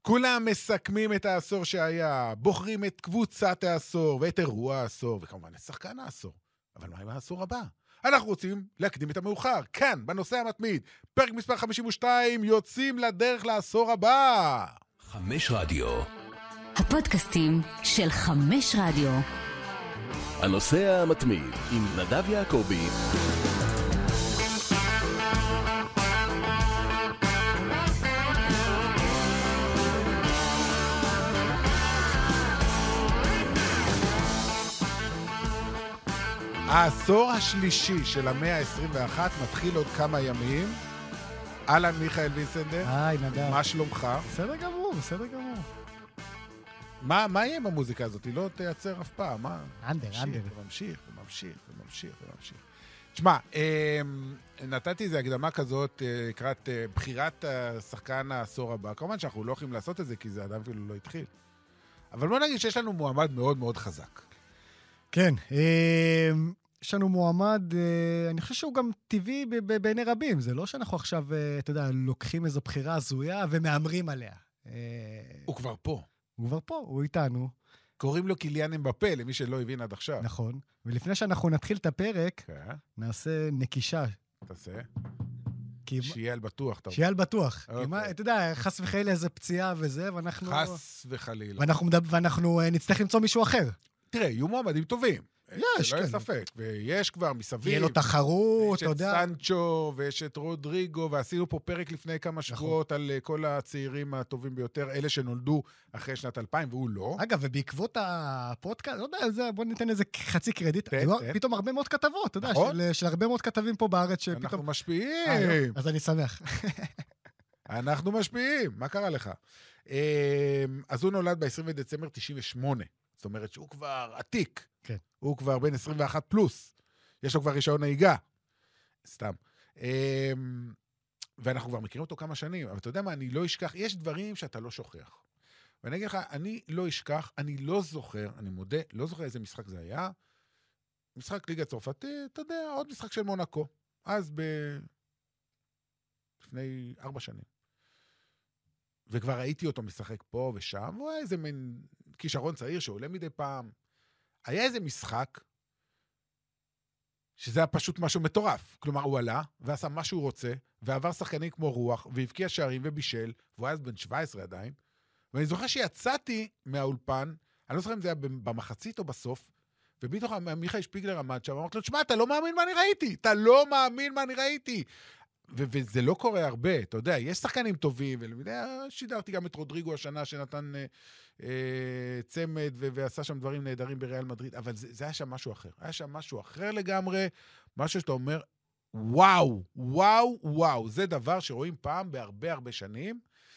כולם מסכמים את העשור שהיה, בוחרים את קבוצת העשור ואת אירוע העשור, וכמובן את שחקן העשור. אבל מה עם העשור הבא? אנחנו רוצים להקדים את המאוחר. כאן, בנושא המתמיד, פרק מספר 52, יוצאים לדרך לעשור הבא. 5 רדיו. הפודקאסטים של 5 רדיו. הנושא המתמיד עם נדב יעקבי. העשור השלישי של המאה ה-21 מתחיל עוד כמה ימים. אהלן מיכאל וינסנדר. היי נדב. מה שלומך? בסדר גמור, בסדר גמור. מה יהיה עם המוזיקה הזאת? היא לא תייצר אף פעם, מה? אנדר. ממשיך. תשמע, נתתי איזו הקדמה כזאת לקראת בחירת השחקן העשור הבא. כמובן שאנחנו לא יכולים לעשות את זה, כי זה עדיין אפילו לא התחיל. אבל בוא נגיד שיש לנו מועמד מאוד מאוד חזק. כן, יש לנו מועמד, אני חושב שהוא גם טבעי בעיני רבים. זה לא שאנחנו עכשיו, אתה יודע, לוקחים איזו בחירה הזויה ומאמרים עליה. הוא כבר פה. הוא כבר פה, הוא איתנו. קוראים לו קיליאן אמבפה, למי שלא הבין עד עכשיו. נכון. ולפני שאנחנו נתחיל את הפרק, נעשה נקישה. תעשה. שיהיה על בטוח. שיהיה על בטוח. אתה יודע, חס וחלילה איזה פציעה וזה, ואנחנו... חס וחלילה. ואנחנו נצטרך למצוא מישהו אחר. תראה, יהיו מועמדים טובים. יש, כן. לא ספק. ויש כבר מסביב. יהיה לו תחרות, אתה יודע. יש את סנצ'ו, ויש את רודריגו, ועשינו פה פרק לפני כמה שבועות על כל הצעירים הטובים ביותר, אלה שנולדו אחרי שנת 2000, והוא לא. אגב, ובעקבות הפודקאסט, לא יודע, בוא ניתן איזה חצי קרדיט. פתאום הרבה מאוד כתבות, אתה יודע, של הרבה מאוד כתבים פה בארץ שפתאום... אנחנו משפיעים. אז אני שמח. אנחנו משפיעים. מה קרה לך? אז הוא נולד ב-20 בדצמבר 98. זאת אומרת שהוא כבר עתיק. כן. הוא כבר בין 21 פלוס. יש לו כבר רישיון נהיגה. סתם. ואנחנו כבר מכירים אותו כמה שנים, אבל אתה יודע מה, אני לא אשכח, יש דברים שאתה לא שוכח. ואני אגיד לך, אני לא אשכח, אני לא זוכר, אני מודה, לא זוכר איזה משחק זה היה. משחק ליגה צרפתית, אתה יודע, עוד משחק של מונקו. אז לפני 4 שנים. וכבר ראיתי אותו משחק פה ושם, והוא היה איזה מין כישרון צעיר שעולה מדי פעם. היה איזה משחק, שזה היה פשוט משהו מטורף. כלומר, הוא עלה ועשה מה שהוא רוצה, ועבר שחקנים כמו רוח, והבקיע שערים ובישל, והוא היה אז בן 17 עדיין. ואני זוכר שיצאתי מהאולפן, אני לא זוכר אם זה היה במחצית או בסוף, ובתוך מיכאל שפיגלר עמד שם, אמרתי לו, תשמע, אתה לא מאמין מה אני ראיתי. וזה לא קורה הרבה, אתה יודע, יש שחקנים טובים, ושידרתי גם את רודריגו השנה שנתן צמד, ועשה שם דברים נהדרים בריאל מדריד, אבל זה היה שם משהו אחר. היה שם משהו אחר לגמרי, משהו שאתה אומר, וואו, זה דבר שרואים פעם בהרבה הרבה שנים,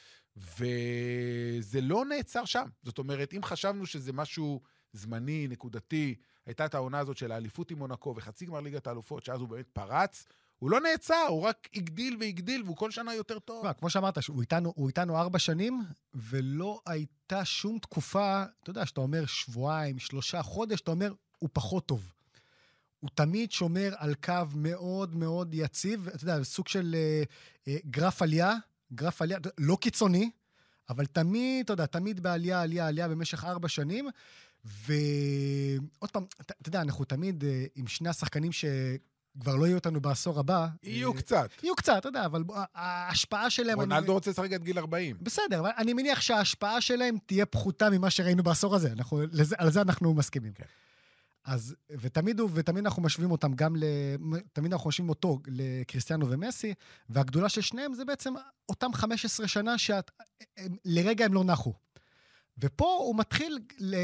וזה לא נעצר שם. זאת אומרת, אם חשבנו שזה משהו זמני, נקודתי, הייתה את העונה הזאת של האליפות עם מונקו, וחצי גמר ליגת האלופות, שאז הוא באמת פרץ, הוא לא נעצר, הוא רק הגדיל, והוא כל שנה יותר טוב. כמו שאמרת, הוא איתנו 4 שנים, ולא הייתה שום תקופה, אתה יודע, שאתה אומר 2, 3 חודש, אתה אומר, הוא פחות טוב. הוא תמיד שומר על קו מאוד מאוד יציב, אתה יודע, סוג של גרף עלייה, לא קיצוני, אבל תמיד, אתה יודע, תמיד בעלייה במשך 4 שנים, ועוד פעם, אתה יודע, אנחנו תמיד עם שני השחקנים כבר לא יהיו אותנו בעשור הבא. יהיו קצת, אתה יודע, אבל ההשפעה שלהם... רונלדו רוצה לשחק עד גיל 40. בסדר, אבל אני מניח שההשפעה שלהם תהיה פחותה ממה שראינו בעשור הזה. על זה אנחנו מסכימים. כן. אז, ותמיד אנחנו משווים אותם גם תמיד אנחנו משווים אותו לקריסטיאנו ומסי, והגדולה של שניהם זה בעצם אותם 15 שנה לרגע הם לא נחו. ופה הוא מתחיל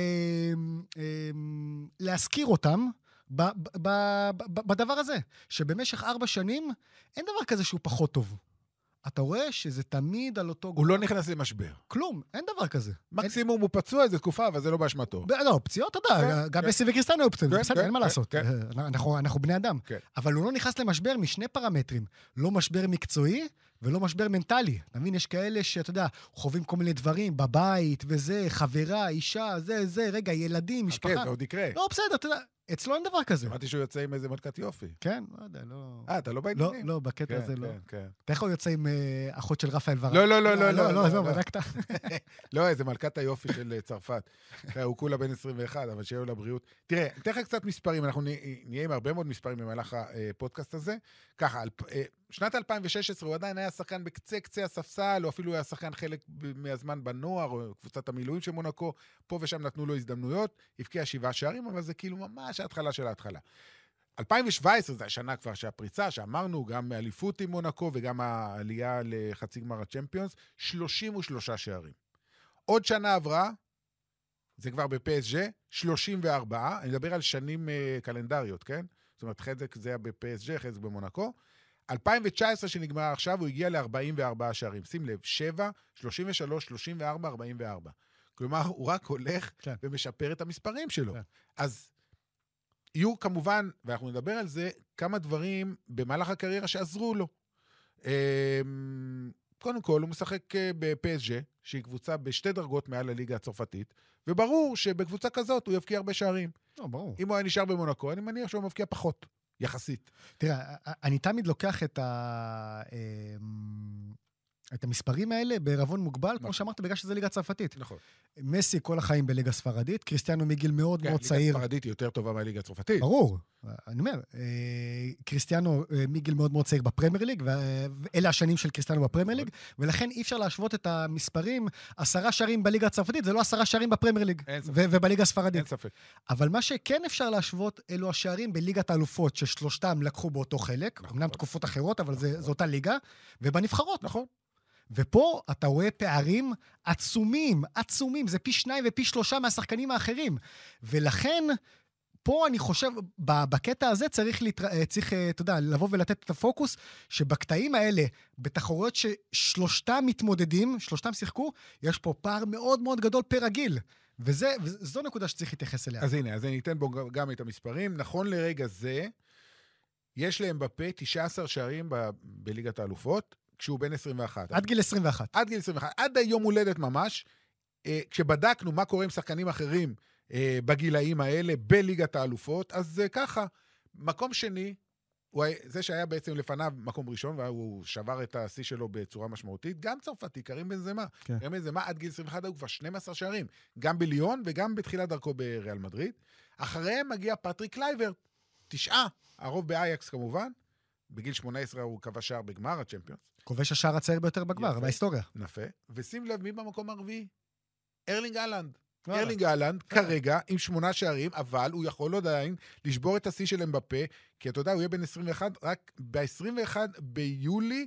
להזכיר אותם, בדבר הזה, שבמשך 4 שנים אין דבר כזה שהוא פחות טוב. אתה רואה שזה תמיד על אותו... הוא לא נכנס למשבר. כלום, אין דבר כזה. מקסימום הוא פצוע איזה תקופה, אבל זה לא באשמתו. לא, פציעות, אתה יודע, גם מסי וקריסטיאנו היו פצועים, בסדר, אין מה לעשות. אנחנו בני אדם. אבל הוא לא נכנס למשבר משני פרמטרים. לא משבר מקצועי ולא משבר מנטלי. אתה מבין, יש כאלה שאתה יודע, חווים כל מיני דברים, בבית וזה, חברה, אישה, זה, רגע, ילדים, משפחה. כן, זה עוד יקרה. לא, בסדר, אתה יודע, אצלו אין דבר כזה. שמעתי שהוא יוצא עם איזה מלכת יופי. כן, לא יודע, לא... אתה לא בעניינים? לא, בקטע הזה לא. כן. איך הוא יוצא עם אחות של רפאל ורן? לא, בדקת. לא, איזה מלכת היופי של צרפת. הוא כולה בן 21, אבל שיהיה לו לבריאות. תראה, נתן לך קצת מספרים, אנחנו נהיה עם הרבה מאוד מספרים במהלך הפודקאסט הזה. ככה, שנת 2016 הוא עדיין היה שחקן בקצה הספסל, או אפילו היה שחקן חלק מהזמן בנוער, או קבוצת המילואים של מונקו, פה ושם נתנו לו הזדמנויות, הבקיע 7 שערים, אבל זה כאילו ממש ההתחלה של ההתחלה. 2017 זה השנה כבר שהפריצה, שאמרנו, גם מאליפות עם מונקו, וגם העלייה לחצי גמר הצ'מפיונס, 33 שערים. עוד שנה עברה, זה כבר ב-PSG, 34, אני מדבר על שנים קלנדריות, כן? זאת אומרת, חזק זה היה ב-PSG, חזק במונקו. 2019 שנגמר עכשיו, הוא הגיע ל-44 שערים. שים לב, 7, 33, 34, 44. כלומר, הוא רק הולך ומשפר את המספרים שלו. אז יהיו כמובן, ואנחנו נדבר על זה, כמה דברים במהלך הקריירה שעזרו לו. קודם כל, הוא משחק ב-PSG, שהיא קבוצה בשתי דרגות מעל הליגה הצרפתית, וברור שבקבוצה כזאת הוא יבקיע הרבה שערים. ברור. אם הוא היה נשאר במונקו, אני מניח שהוא מבקיע פחות, יחסית. תראה, אני תמיד לוקח את המספרים האלה בערבון מוגבל, כמו שאמרת, בגלל שזה ליגה צרפתית. נכון. מסי כל החיים בליגה ספרדית, קריסטיאנו מגיל מאוד מאוד צעיר. ליגה ספרדית היא יותר טובה מהליגה הצרפתית. ברור. אני אומר, קריסטיאנו מגיל מאוד מאוד צעיר בפרמייר ליג, ואלה השנים של קריסטיאנו בפרמייר ליג, ולכן אי אפשר להשוות את המספרים, 10 שערים בליגה הצרפתית, זה לא 10 שערים בפרמייר ליג, ובליגה הספרדית. אין ספק. אבל מה שכן אפשר להשוות, אלו השערים בליגת האלופות, ששלושתם לקחו באותו חלק, אמנם תקופות אחרות, אבל זו אותה ליגה, ובנבחרות. נכון. ופה אתה רואה פערים עצומים, זה פי 2 ופי 3 מהשחקנים האחרים. ולכן, פה אני חושב, בקטע הזה צריך, אתה יודע, לבוא ולתת את הפוקוס, שבקטעים האלה, בתחרויות ששלושתם מתמודדים, שלושתם שיחקו, יש פה פער מאוד מאוד גדול פר הגיל. וזו נקודה שצריך להתייחס אליה. אז הנה, אז אני אתן בו גם את המספרים. נכון לרגע זה, יש להם בפה 19 שערים בליגת האלופות, כשהוא בן 21. עד גיל 21. עד גיל 21. עד היום הולדת ממש, כשבדקנו מה קורה עם שחקנים אחרים בגילאים האלה, בליגת האלופות, אז ככה, מקום שני, זה שהיה בעצם לפניו מקום ראשון, והוא שבר את השיא שלו בצורה משמעותית, גם צרפתי, קרים בנזמה. קרים בנזמה עד גיל 21 הוא כבר 12 שערים, גם בליון וגם בתחילת דרכו בריאל מדריד. אחריהם מגיע פטריק קלייברט, 9, הרוב באייקס כמובן, בגיל 18 הוא קבע שער בגמר הצ'מפיונס. כובש השער הצעיר ביותר בגמר, בהיסטוריה. נפה. ושים לב מי במקום הרביעי? ארלינג הלנד. ארלינג הלנד כרגע עם 8 שערים, אבל הוא יכול עדיין לשבור את השיא שלהם בפה, כי אתה יודע, הוא יהיה בין 21, רק ב-21 ביולי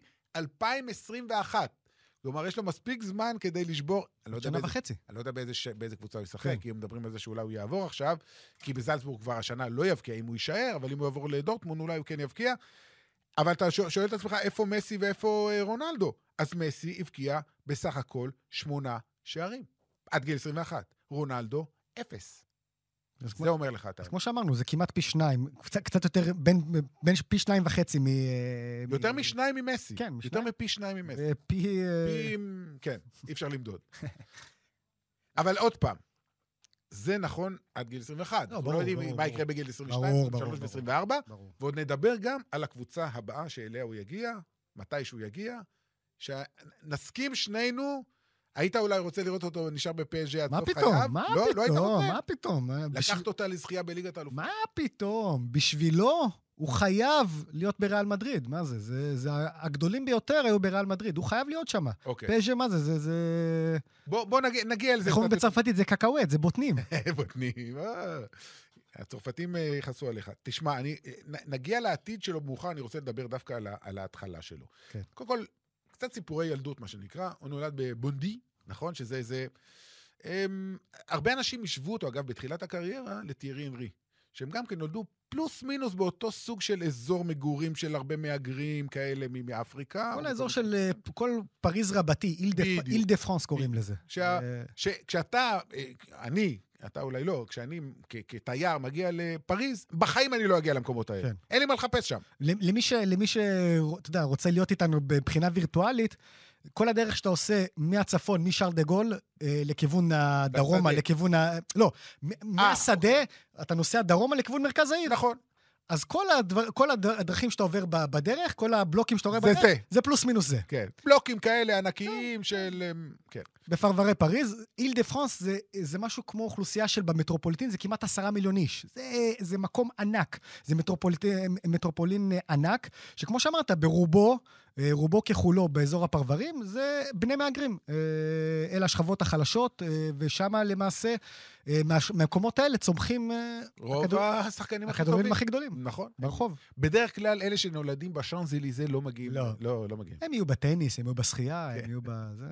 2021. כלומר, יש לו מספיק זמן כדי לשבור... שנה וחצי. אני לא יודע באיזה קבוצה הוא ישחק, כי הם מדברים על זה שאולי הוא יעבור עכשיו, כי בזלצבורג כבר השנה לא יבקיע אם הוא יישאר, אבל אם הוא יעבור לדורטמונד אולי הוא כן יבקיע. אבל אתה שואל את עצמך איפה מסי ואיפה רונלדו. אז מסי הבקיע בסך הכל 8 שערים. עד גיל 21. רונלדו, 0. זה אומר לך אתה. אז כמו שאמרנו, זה כמעט פי 2. קצת יותר, בין פי 2.5 מ... יותר מ2 ממסי. כן, יותר מפי 2 ממסי. כן, אי אפשר למדוד. אבל עוד פעם, זה נכון עד גיל 21. אנחנו לא יודעים מה יקרה בגיל 22, 23 ו-24, ועוד נדבר גם על הקבוצה הבאה שאליה הוא יגיע, מתי שהוא יגיע, שנסכים שנינו, היית אולי רוצה לראות אותו נשאר בפז'ה עד סוף חייו? מה פתאום? לקחת אותה לזכייה בליגת האלופות. מה פתאום? בשבילו הוא חייב להיות בריאל מדריד. מה זה? זה הגדולים ביותר היו בריאל מדריד. הוא חייב להיות שם. פז'ה, מה זה? בוא נגיע לזה. איך אומרים בצרפתית? זה קקאוט, זה בוטנים. בוטנים. הצרפתים יחסו עליך. תשמע, נגיע לעתיד שלו מאוחר, אני רוצה לדבר דווקא על ההתחלה שלו. קודם כל, קצת סיפורי ילדות, מה שנקרא. הוא נולד בבונדי, נכון? שזה איזה... הרבה אנשים ישבו אותו, אגב, בתחילת הקריירה, לתיארי אנרי. שהם גם כן נולדו פלוס מינוס באותו סוג של אזור מגורים של הרבה מהגרים כאלה מאפריקה. כל האזור של כל פריז רבתי, איל דה פרנס קוראים לזה. כשאתה, אתה אולי לא, כשאני כתייר מגיע לפריז, בחיים אני לא אגיע למקומות האלה. כן. אין לי מה לחפש שם. למי אתה יודע, רוצה להיות איתנו בבחינה וירטואלית, כל הדרך שאתה עושה מהצפון, משאר דה גול, לכיוון הדרומה, לכיוון לא, מהשדה, אתה נוסע דרומה לכיוון מרכז העיר. נכון. אז כל הדרכים שאתה עובר בדרך, כל הבלוקים שאתה עובר בדרך, זה פלוס מינוס זה. כן. בלוקים כאלה ענקיים של... כן. בפרברי פריז, איל דה פרנס זה משהו כמו אוכלוסייה של במטרופוליטין, זה כמעט 10 מיליון איש. זה מקום ענק. זה מטרופולין ענק, שכמו שאמרת, רובו כחולו באזור הפרברים, זה בני מהגרים. אלה השכבות החלשות, ושם למעשה, מהמקומות האלה צומחים... רוב השחקנים הכדורגלנים הכי גדולים. נכון. ברחוב. בדרך כלל אלה שנולדים בשאנז-אליזה לא מגיעים. לא מגיעים. הם יהיו בטניס, הם יהיו בשחייה, הם יהיו בזה...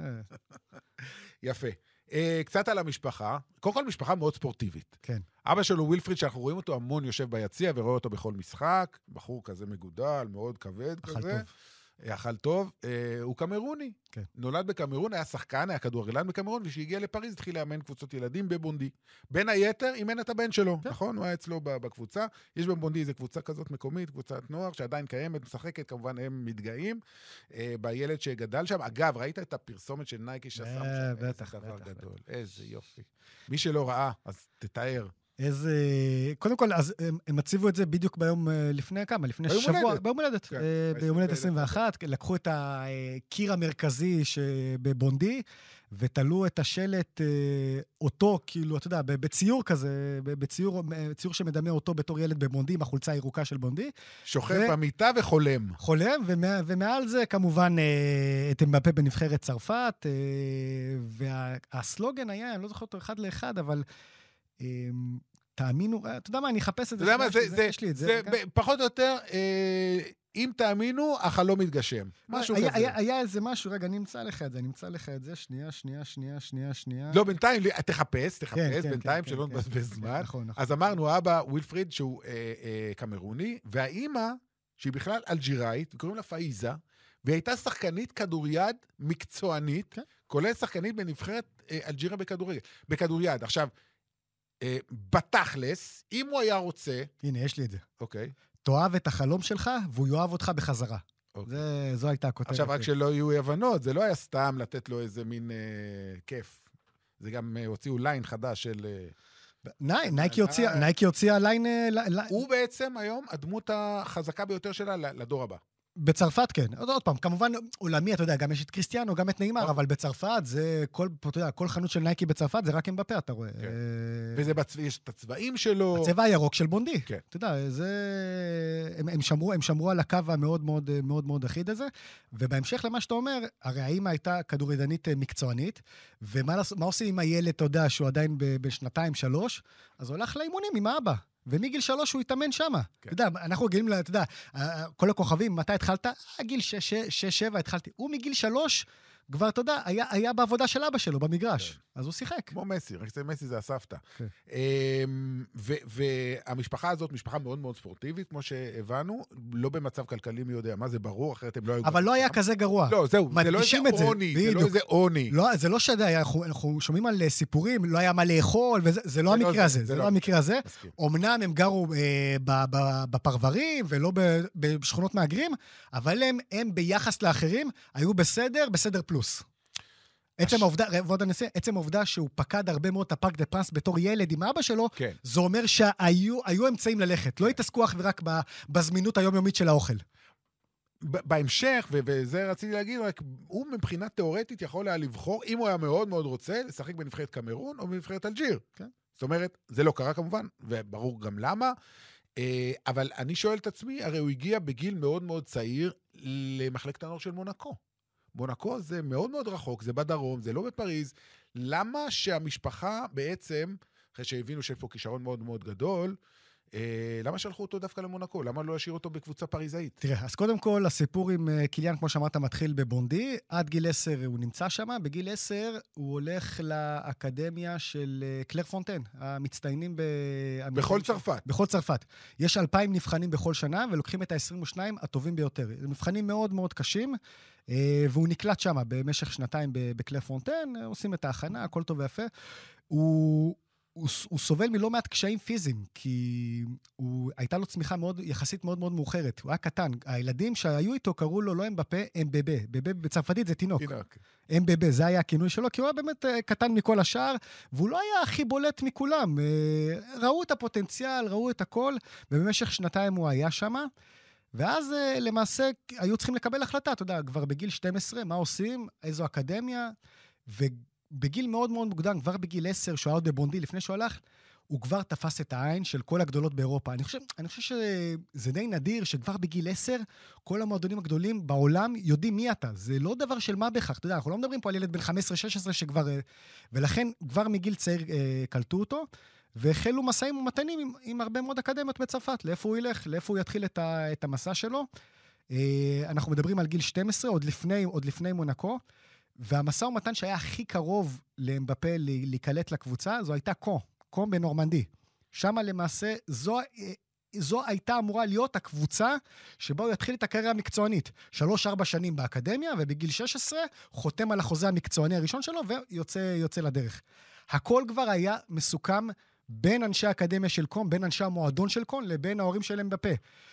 יפה. קצת על המשפחה. קודם כל משפחה מאוד ספורטיבית. כן. אבא שלו ווילפריד, שאנחנו רואים אותו המון יושב ביציע, ורואה אותו בכל משחק. בחור כזה מגודל, מאוד כבד כזה. אכל טוב. הוא קמרוני. כן. נולד בקמרון, היה שחקן, היה כדורגלן בקמרון, ושהגיע לפריז, התחיל לאמן קבוצות ילדים בבונדי. בין היתר, אימן את הבן שלו, כן. נכון? הוא היה אצלו בקבוצה. יש בבונדי איזו קבוצה כזאת מקומית, קבוצת נוער, שעדיין קיימת, משחקת, כמובן הם מתגאים. בילד שגדל שם. אגב, ראית את הפרסומת של נייקי שעשה שם? בטח, איזה דבר גדול. איזה יופי. מי שלא ראה, אז תתאר. קודם כל, אז הם הציבו את זה בדיוק ביום לפני כמה? לפני שבוע, ביום הולדת. ביום הולדת 21, לקחו את הקיר המרכזי בבונדי, ותלו את השלט אותו, כאילו, אתה יודע, בציור כזה, בציור שמדמה אותו בתור ילד בבונדי, עם החולצה הירוקה של בונדי. שוכב במיטה וחולם. חולם, ומעל זה כמובן את אמבפה בנבחרת צרפת, והסלוגן היה, אני לא זוכר אותו אחד לאחד, אבל... תאמינו, אתה יודע מה, אני אחפש את זה. אתה יודע מה, זה פחות או יותר, אם תאמינו, החלום מתגשם. משהו כזה. היה איזה משהו, רגע, אני אמצא לך את זה, שנייה. לא, בינתיים, תחפש, בינתיים שלא נבזבז זמן. אז אמרנו, אבא ווילפריד, שהוא קמרוני, והאימא, שהיא בכלל אלג'יראית, וקוראים לה פאיזה, והיא הייתה שחקנית כדוריד מקצוענית, כולל שחקנית בנבחרת אלג'ירה בכדוריד. עכשיו, בתכלס, אם הוא היה רוצה... הנה, יש לי את זה. אוקיי. תאהב את החלום שלך, והוא יאהב אותך בחזרה. זו הייתה הכותרת. עכשיו, רק שלא יהיו הבנות, זה לא היה סתם לתת לו איזה מין כיף. זה גם הוציאו ליין חדש של... נייקי הוציאה ליין... הוא בעצם היום הדמות החזקה ביותר שלה לדור הבא. בצרפת כן. עוד פעם, כמובן עולמי, אתה יודע, גם יש את קריסטיאנו, גם את נאמר, אבל בצרפת זה, כל חנות של נייקי בצרפת זה רק אמבפה, אתה רואה. וזה יש את הצבעים שלו. הצבע הירוק של בונדי. כן. אתה יודע, הם שמרו על הקו המאוד מאוד מאוד מאוד אחיד הזה, ובהמשך למה שאתה אומר, הרי האמא הייתה כדורידנית מקצוענית, ומה עושים עם הילד, אתה יודע, שהוא עדיין בשנתיים, 3, אז הוא הולך לאימונים עם האבא. ומגיל 3 הוא התאמן שמה. אתה יודע, אנחנו רגילים, אתה יודע, כל הכוכבים, מתי התחלת? גיל 6-7 התחלתי. הוא מגיל 3, כבר, אתה יודע, היה בעבודה של אבא שלו במגרש. אז הוא שיחק. כמו מסי, רק מסי זה הסבתא. והמשפחה הזאת, משפחה מאוד מאוד ספורטיבית, כמו שהבנו, לא במצב כלכלי מי יודע מה, זה ברור, אחרת הם לא היו... אבל לא היה כזה גרוע. לא, זהו, זה לא איזה עוני, זה לא איזה עוני. זה לא שדה, אנחנו שומעים על סיפורים, לא היה מה לאכול, וזה לא המקרה הזה, זה לא המקרה הזה. אמנם הם גרו בפרברים, ולא בשכונות מהגרים, אבל הם ביחס לאחרים, היו בסדר פלוס. עצם העובדה שהוא פקד הרבה מאוד את הפארק דה פרנס בתור ילד עם אבא שלו, זה אומר שהיו אמצעים ללכת, לא התעסקו אך ורק בזמינות היומיומית של האוכל. בהמשך, וזה רציתי להגיד, רק הוא מבחינה תיאורטית יכול היה לבחור, אם הוא היה מאוד מאוד רוצה, לשחק בנבחרת קמרון או בנבחרת אלג'יר. זאת אומרת, זה לא קרה כמובן, וברור גם למה, אבל אני שואל את עצמי, הרי הוא הגיע בגיל מאוד מאוד צעיר למחלקת הנוער של מונקו. מונקו זה מאוד מאוד רחוק, זה בדרום, זה לא בפריז. למה שהמשפחה בעצם, אחרי שהבינו שיש פה כישרון מאוד מאוד גדול, למה שלחו אותו דווקא למונקו? למה לא השאיר אותו בקבוצה פריזאית? תראה, אז קודם כל, הסיפור עם קיליאן, כמו שאמרת, מתחיל בבונדי. עד גיל 10 הוא נמצא שם, בגיל 10 הוא הולך לאקדמיה של קלר פונטן, המצטיינים בכל צרפת. בכל צרפת. יש 2,000 נבחנים בכל שנה, ולוקחים את ה-22 הטובים ביותר. מבחנים מאוד מאוד קשים, והוא נקלט שם במשך שנתיים בקלר פונטן, עושים את ההכנה, הכל טוב ויפה. הוא הוא סובל מלא מעט קשיים פיזיים, כי הייתה לו צמיחה יחסית מאוד מאוד מאוחרת. הוא היה קטן. הילדים שהיו איתו קראו לו לא אמבפה, אמבבה. בבה בצרפתית זה תינוק. אמבבה, זה היה הכינוי שלו, כי הוא היה באמת קטן מכל השאר, והוא לא היה הכי בולט מכולם. ראו את הפוטנציאל, ראו את הכל, ובמשך שנתיים הוא היה שם. ואז למעשה היו צריכים לקבל החלטה, אתה יודע, כבר בגיל 12, מה עושים, איזו אקדמיה, ובגיל מאוד מאוד מוקדם, כבר בגיל 10, שהוא היה עוד בבונדי, לפני שהוא הלך, הוא כבר תפס את העין של כל הגדולות באירופה. אני חושב שזה די נדיר שכבר בגיל 10, כל המועדונים הגדולים בעולם יודעים מי אתה. זה לא דבר של מה בכך, אתה יודע, אנחנו לא מדברים פה על ילד בן 15-16 שכבר... ולכן כבר מגיל צעיר קלטו אותו, והחלו מסעים ומתנים עם הרבה מאוד אקדמיות בצרפת, לאיפה הוא ילך, לאיפה הוא יתחיל את המסע שלו. אנחנו מדברים על גיל 12, עוד לפני מונקו, והמסע ומתן שהיה הכי קרוב לאמבפה להיקלט לקבוצה, זו הייתה קו בנורמנדי. שם למעשה זו הייתה אמורה להיות הקבוצה שבה הוא יתחיל את הקריירה המקצוענית. 3-4 שנים באקדמיה, ובגיל 16 חותם על החוזה המקצועני הראשון שלו, ויוצא לדרך. הכל כבר היה מסוכם בין אנשי האקדמיה של קום, בין אנשי המועדון של קום, לבין ההורים שלהם בפה.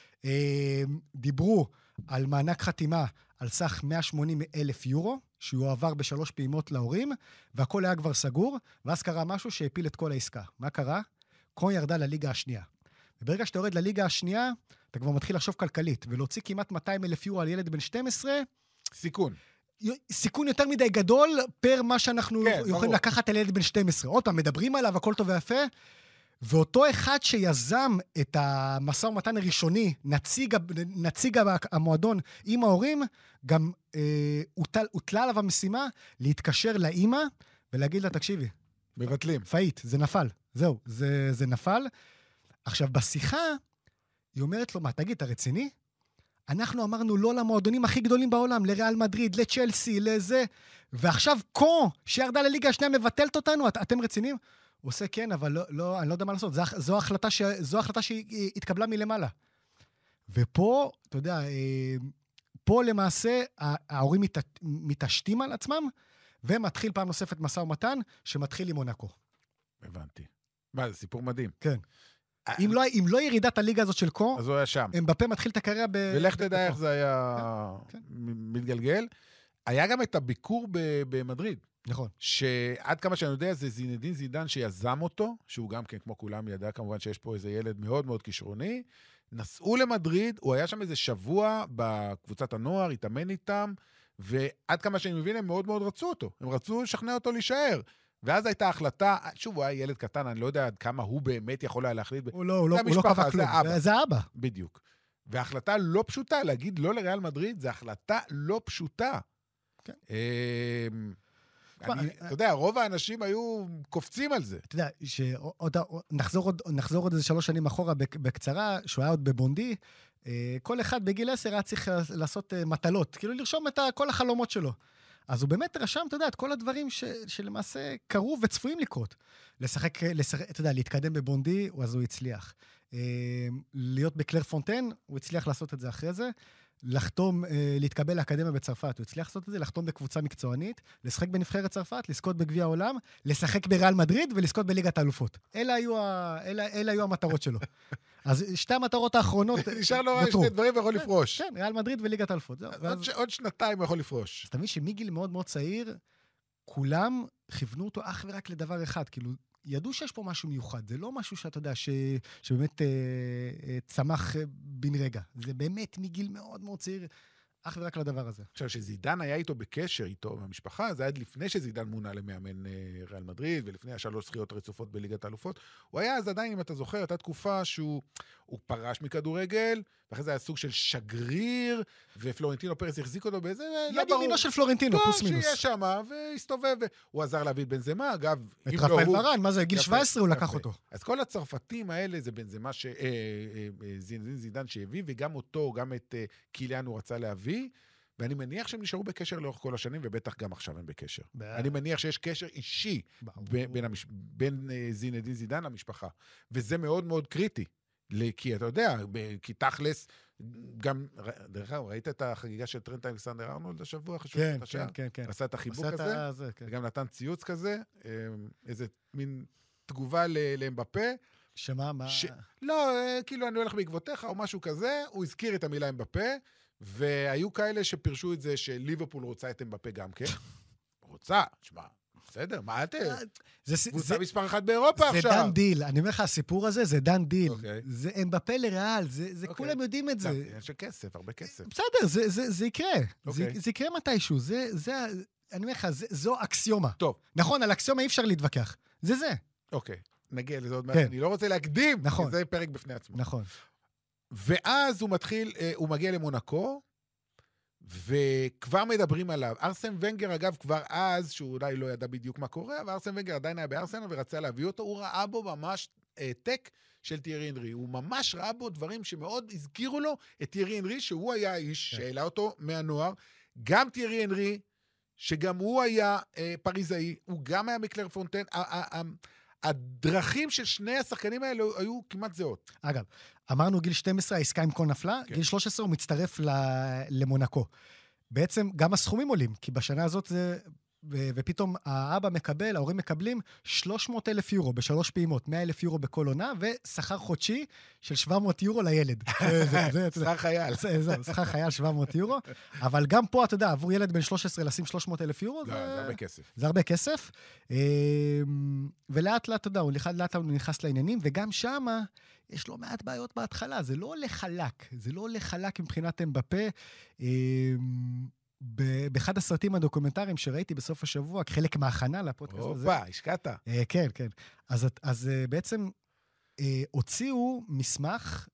דיברו על מענק חתימה על סך 180,000 יורו, שהוא עבר ב3 פעימות להורים, והכל היה כבר סגור, ואז קרה משהו שהפיל את כל העסקה. מה קרה? קום ירדה לליגה השנייה. וברגע שאתה יורד לליגה השנייה, אתה כבר מתחיל לחשוב כלכלית, ולהוציא כמעט 200,000 יורו על ילד בן 12, סיכון יותר מדי גדול, פר מה שאנחנו יכולים לקחת על ילד בן 12. עוד פעם, מדברים עליו, הכל טוב ויפה, ואותו אחד שיזם את המשא ומתן הראשוני, נציג המועדון עם ההורים, גם הוטלה עליו המשימה להתקשר לאמא ולהגיד לה, תקשיבי. מבטלים. פאית, זה נפל. זהו, זה נפל. עכשיו, בשיחה, היא אומרת לו, מה, תגיד, אתה רציני? אנחנו אמרנו לא למועדונים הכי גדולים בעולם, לריאל מדריד, לצ'לסי, לזה, ועכשיו שירדה לליגה השנייה מבטלת אותנו, אתם רציניים? הוא עושה כן, אבל לא, אני לא יודע מה לעשות. זו החלטה שהתקבלה מלמעלה. ופה, אתה יודע, פה למעשה ההורים מתעשתים על עצמם, ומתחיל פעם נוספת מסע ומתן, שמתחיל עם מונקו. הבנתי. מה, זה סיפור מדהים. כן. אם לא ירידת הליגה הזאת של קו, אז הוא היה שם. אמבפה מתחיל את הקריירה ולך תדע איך זה היה מתגלגל. היה גם את הביקור במדריד. נכון. שעד כמה שאני יודע, זה זינדין זידן שיזם אותו, שהוא גם כן, כמו כולם, ידע כמובן שיש פה איזה ילד מאוד מאוד כישרוני. נסעו למדריד, הוא היה שם איזה שבוע בקבוצת הנוער, התאמן איתם, ועד כמה שאני מבין, הם מאוד מאוד רצו אותו. הם רצו לשכנע אותו להישאר. ואז הייתה החלטה, שוב, הוא היה ילד קטן, אני לא יודע עד כמה הוא באמת יכול היה להחליט. הוא לא קבע כלום, זה אבא. בדיוק. וההחלטה לא פשוטה, להגיד לא לריאל מדריד, זו החלטה לא פשוטה. כן. אתה יודע, רוב האנשים היו קופצים על זה. אתה יודע, נחזור עוד איזה 3 שנים אחורה בקצרה, שהוא היה עוד בבונדי, כל אחד בגיל 10 היה צריך לעשות מטלות, כאילו לרשום את כל החלומות שלו. אז הוא באמת רשם, אתה יודע, את כל הדברים שלמעשה קרו וצפויים לקרות. לשחק, אתה יודע, להתקדם בבונדי, אז הוא הצליח. להיות בקלר פונטן, הוא הצליח לעשות את זה אחרי זה. לחתום, להתקבל לאקדמיה בצרפת, הוא הצליח לעשות את זה, לחתום בקבוצה מקצוענית, לשחק בנבחרת צרפת, לזכות בגביע העולם, לשחק בריאל מדריד ולזכות בליגת האלופות. אלה היו המטרות שלו. אז 2 המטרות האחרונות נשאר לו 2 דברים ויכול לפרוש. כן, ריאל מדריד וליגת האלופות. עוד 2 יכול לפרוש. אז תמיד שמגיל מאוד מאוד צעיר, כולם כיוונו אותו אך ורק לדבר אחד, כאילו, ידעו שיש פה משהו מיוחד, זה לא משהו שאתה יודע, שבאמת צמח בן רגע. זה באמת מגיל מאוד מאוד צעיר, אך ורק לדבר הזה. עכשיו, שזידן היה איתו בקשר איתו במשפחה, זה היה לפני שזידן מונה למאמן ריאל מדריד, ולפני 3 זכיות רצופות בליגת האלופות. הוא היה אז עדיין, אם אתה זוכר, הייתה תקופה שהוא פרש מכדורגל, ואחרי זה היה סוג של שגריר, ופלורנטינו פרס החזיק אותו באיזה... יד ימינו של פלורנטינו, פלוס מינוס. שיהיה שם, והסתובב, הוא עזר להביא את בנזמה, אגב... את רפאל ורן, מה זה, גיל 17 הוא לקח אותו. אז כל הצרפתים האלה, זה בנזמה זידן שהביא, וגם אותו, גם את קיליאן הוא רצה להביא, ואני מניח שהם נשארו בקשר לאורך כל השנים, ובטח גם עכשיו הם בקשר. אני מניח שיש קשר אישי בין זינדין זידן למשפחה, וזה מאוד מאוד קריטי. כי אתה יודע, כי תכלס, גם, דרך אגב, ראית את החגיגה של טרנט אלכסנדר ארנולד השבוע? כן. עשה את החיבוק הזה, וגם נתן ציוץ כזה, איזה מין תגובה לאמבפה. שמה, מה? לא, כאילו אני הולך בעקבותיך או משהו כזה, הוא הזכיר את המילה אמבפה, והיו כאלה שפרשו את זה שליברפול רוצה את אמבפה גם כן. רוצה, שמע, בסדר, מה אתה? קבוצה מספר 1 באירופה עכשיו. זה דן דיל, אני אומר לך, הסיפור הזה זה דן דיל. אוקיי. זה אמבפה לריאל, זה כולם יודעים את זה. יש כסף, הרבה כסף. בסדר, זה יקרה. אוקיי. זה יקרה מתישהו, אני אומר לך, זו אקסיומה. טוב. נכון, על אקסיומה אי אפשר להתווכח. זה. אוקיי, נגיע לזה עוד מעט. כן. אני לא רוצה להקדים, נכון. כי זה פרק בפני עצמו. נכון. ואז הוא מגיע למונקו, וכבר מדברים עליו. ארסן ונגר, אגב, כבר אז, שהוא אולי לא ידע בדיוק מה קורה, אבל ארסן ונגר עדיין היה בארסנל ורצה להביא אותו, הוא ראה בו ממש טק של תיארי אנרי. הוא ממש ראה בו דברים שמאוד הזכירו לו את תיארי אנרי, שהוא היה האיש שהעלה אותו מהנוער. גם תיארי אנרי, שגם הוא היה פריזאי, הוא גם היה מקלר פונטן. הדרכים של שני השחקנים האלה היו כמעט זהות. אגב, אמרנו גיל 12, העסקה עם קון נפלה, כן. גיל 13 הוא מצטרף למונקו. בעצם גם הסכומים עולים, כי בשנה הזאת זה, ופתאום האבא מקבל, ההורים מקבלים 300,000 יורו בשלוש פעימות, 100,000 יורו בכל עונה, ושכר חודשי של 700 יורו לילד. שכר חייל. זהו, שכר חייל 700 יורו, אבל גם פה, אתה יודע, עבור ילד בן 13 לשים 300,000 יורו, זה הרבה כסף. זה הרבה כסף, ולאט לאט, אתה יודע, לאט הוא נכנס לעניינים, וגם שמה יש לו מעט בעיות בהתחלה, זה לא הולך חלק, מבחינת אמבפה. באחד הסרטים הדוקומנטריים שראיתי בסוף השבוע, חלק מההכנה לפודקאסט הזה. אופה, השקעת. כן. אז בעצם הוציאו מסמך,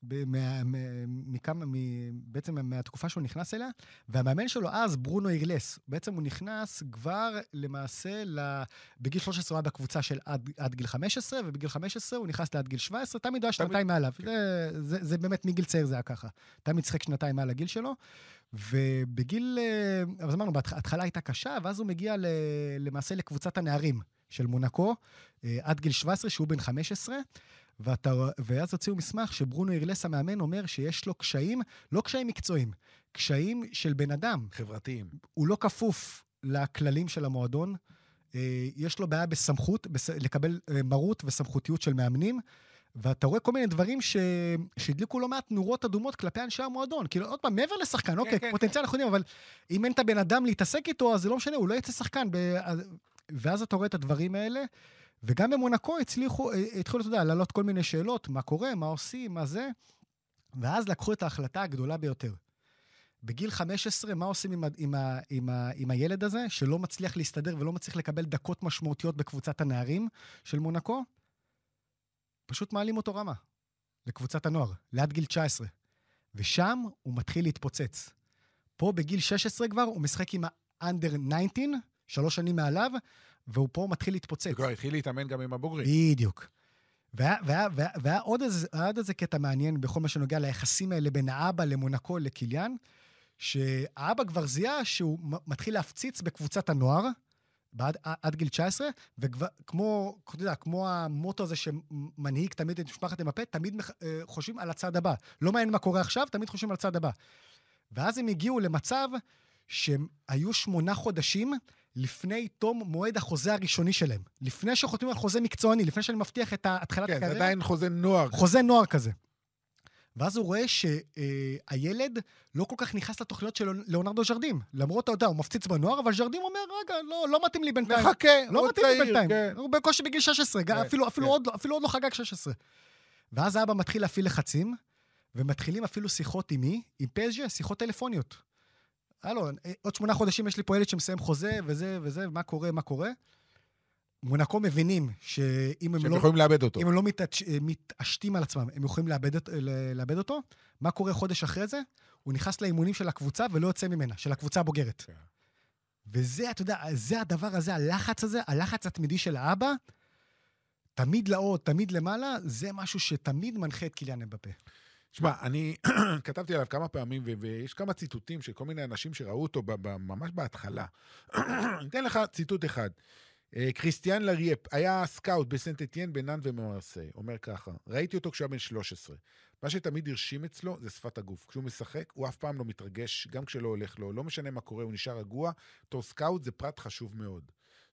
בעצם מהתקופה שהוא נכנס אליה, והמאמן שלו אז, ברונו אירלס, בעצם הוא נכנס כבר למעשה, בגיל 13 הוא היה בקבוצה של עד גיל 15, ובגיל 15 הוא נכנס לעד גיל 17, תמיד היה שנתיים מעליו. זה באמת מגיל צעיר זה היה ככה. תמיד שחק שנתיים מעל הגיל שלו, ובגיל, אז אמרנו, בהתחלה הייתה קשה, ואז הוא מגיע למעשה לקבוצת הנערים של מונקו, עד גיל 17, שהוא בן 15, ואז הוציאו מסמך שברונו אירלס המאמן אומר שיש לו קשיים, לא קשיים מקצועיים, קשיים של בן אדם. חברתיים. הוא לא כפוף לכללים של המועדון, יש לו בעיה בסמכות, לקבל מרות וסמכותיות של מאמנים, ואתה רואה כל מיני דברים שהדליקו לא מעט נורות אדומות כלפי אנשי המועדון. כאילו, עוד פעם, מעבר לשחקן, אוקיי, פוטנציאל אנחנו יודעים, אבל אם אין את הבן אדם להתעסק איתו, אז זה לא משנה, הוא לא יצא שחקן. ואז אתה רואה את הדברים האלה, וגם במונקו התחילו, אתה יודע, לעלות כל מיני שאלות, מה קורה, מה עושים, מה זה, ואז לקחו את ההחלטה הגדולה ביותר. בגיל 15, מה עושים עם הילד הזה, שלא מצליח להסתדר ולא מצליח לקבל דקות משמעותיות בקבוצת הנערים של מונקו? פשוט מעלים אותו רמה, לקבוצת הנוער, ליד גיל 19. ושם הוא מתחיל להתפוצץ. פה בגיל 16 כבר, הוא משחק עם האנדר 19, 3 שנים מעליו, והוא פה מתחיל להתפוצץ. וכבר התחיל להתאמן גם עם הבוגרים. בדיוק. והיה עוד איזה קטע מעניין בכל מה שנוגע ליחסים האלה בין האבא למונקו לקיליאן, שהאבא כבר זיהה שהוא מתחיל להפציץ בקבוצת הנוער, עד גיל 19, וכמו, אתה יודע, כמו המוטו הזה שמנהיג תמיד את משפחת אמבפה, תמיד חושבים על הצד הבא. לא מעניין מה קורה עכשיו, תמיד חושבים על הצד הבא. ואז הם הגיעו למצב שהם היו 8 חודשים לפני תום מועד החוזה הראשוני שלהם. לפני שחותמים על חוזה מקצועני, לפני שאני מבטיח את התחלת הקריירה. כן, זה עדיין חוזה נוער. חוזה נוער כזה. ואז הוא רואה שהילד לא כל כך נכנס לתוכניות של ליאונרדו ז'רדים. למרות, אתה יודע, הוא מפציץ בנוער, אבל ז'רדים אומר, רגע, לא מתאים לי בינתיים. נחכה, לא מתאים לי בינתיים. כן. הוא בקושי בגיל 16, אפילו עוד לא חגג 16. ואז האבא מתחיל להפעיל לחצים, ומתחילים אפילו שיחות עם מי? עם פז'ה, שיחות טלפוניות. הלו, עוד 8 חודשים יש לי פה ילד שמסיים חוזה, וזה, מה קורה? מונקו מבינים שאם הם לא... יכולים לאבד אותו. אם הם לא מתעשתים על עצמם, הם יכולים לאבד אותו. מה קורה חודש אחרי זה? הוא נכנס לאימונים של הקבוצה ולא יוצא ממנה, של הקבוצה הבוגרת. כן. וזה, אתה יודע, זה הדבר הזה, הלחץ התמידי של האבא, תמיד לעוד, תמיד למעלה, זה משהו שתמיד מנחה את קיליאן אמבפה. שמע, אני כתבתי עליו כמה פעמים, ויש כמה ציטוטים של כל מיני אנשים שראו אותו ממש בהתחלה. אני אתן לך ציטוט אחד. קריסטיאן לריאפ היה סקאוט בסנט אתיין, בנאן ומרסיי. אומר ככה, ראיתי אותו כשהיה בן 13. מה שתמיד הרשים אצלו זה שפת הגוף. כשהוא משחק, הוא אף פעם לא מתרגש, גם כשלא הולך לו. לא משנה מה קורה, הוא נשאר רגוע. תור סקאוט זה פרט חשוב מאוד.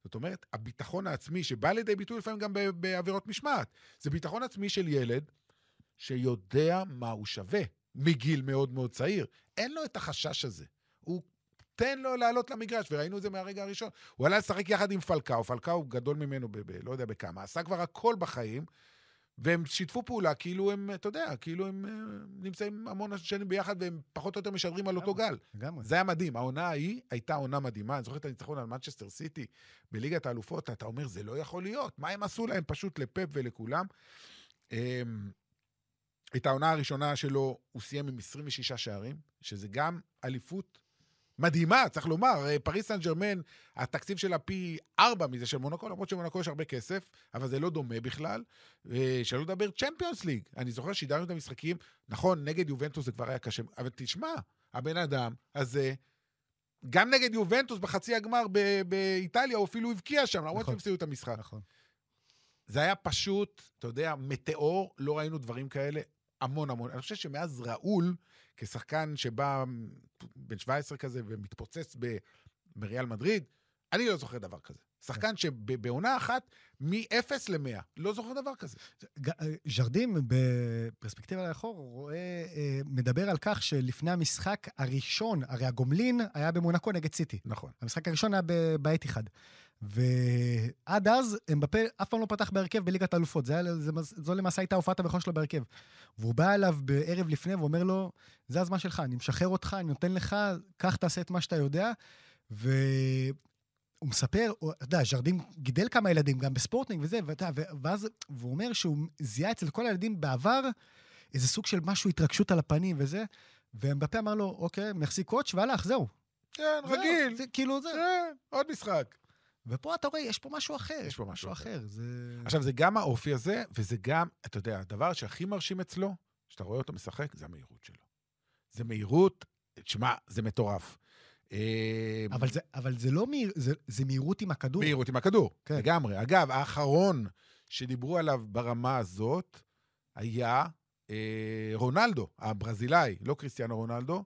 זאת אומרת, הביטחון העצמי שבא לידי ביטוי לפעמים גם בעבירות משמעת, זה ביטחון עצמי של ילד שיודע מה הוא שווה, מגיל מאוד מאוד צעיר. אין לו את החשש הזה. הוא תן לו לעלות למגרש, וראינו את זה מהרגע הראשון. הוא עלה לשחק יחד עם פלקאו, פלקאו גדול ממנו לא יודע בכמה, עשה כבר הכל בחיים, והם שיתפו פעולה, כאילו הם, אתה יודע, כאילו הם נמצאים המון שנים ביחד, והם פחות או יותר משדרים על אותו גל. זה היה מדהים. העונה ההיא הייתה עונה מדהימה. אני זוכר את הניצחון על מנצ'סטר סיטי, בליגת האלופות, אתה אומר, זה לא יכול להיות. מה הם עשו להם פשוט לפפ ולכולם? את העונה הראשונה שלו, הוא סיים עם 26 שערים, שזה גם אליפות מדהימה, צריך לומר. פריס סן ז'רמן, התקציב שלה פי 4 מזה של מונקו, למרות שמונקו יש הרבה כסף, אבל זה לא דומה בכלל. שלא לדבר צ'מפיונס ליג. אני זוכר שידרנו את המשחקים, נכון, נגד יובנטוס זה כבר היה קשה, אבל תשמע, הבן אדם הזה, גם נגד יובנטוס בחצי הגמר באיטליה, הוא אפילו הבקיע שם, למרות שהם הפסידו את המשחק. נכון. זה היה פשוט, אתה יודע, מטאור, לא ראינו דברים כאלה, המון. אני חושב שמאז ראול, כשחקן שבא בן 17 כזה, ומתפוצץ בריאל מדריד, אני לא זוכר דבר כזה. שחקן שבעונה אחת, מ-0 ל-100, לא זוכר דבר כזה. ז'רדים, בפרספקטיבה לאחור, מדבר על כך שלפני המשחק הראשון, הרי הגומלין היה במונקו נגד סיטי. נכון. המשחק הראשון היה בעת אחד. ועד אז, אמבפה אף פעם לא פתח בהרכב בליגת האלופות. זו למעשה הייתה הופעת הבכורה שלו בהרכב. והוא בא אליו בערב לפני, ואומר לו, זה הזמן שלך, אני משחרר אותך, אני נותן לך, כך תעשה את מה שאתה יודע. והוא מספר, אתה יודע, ז'רדים גידל כמה ילדים, גם בספורטינג וזה, ואז הוא אומר שהוא זיהה אצל כל הילדים בעבר, איזה סוג של משהו, התרגשות על הפנים וזה, ואמבפה אמר לו, אוקיי, מחזיק קוטש, והלך, זהו. כן, רגיל. כאילו זה. עוד משחק. ופה אתה רואה, יש פה משהו אחר. יש פה משהו אחר. זה... עכשיו, זה גם האופי הזה, וזה גם, אתה יודע, הדבר שהכי מרשים אצלו, שאתה רואה אותו משחק, זה המהירות שלו. זה מהירות, תשמע, זה מטורף. אבל זה לא זה מהירות עם הכדור. מהירות עם הכדור, כן. לגמרי. אגב, האחרון שדיברו עליו ברמה הזאת, היה רונלדו, הברזילאי, לא קריסטיאנו רונלדו,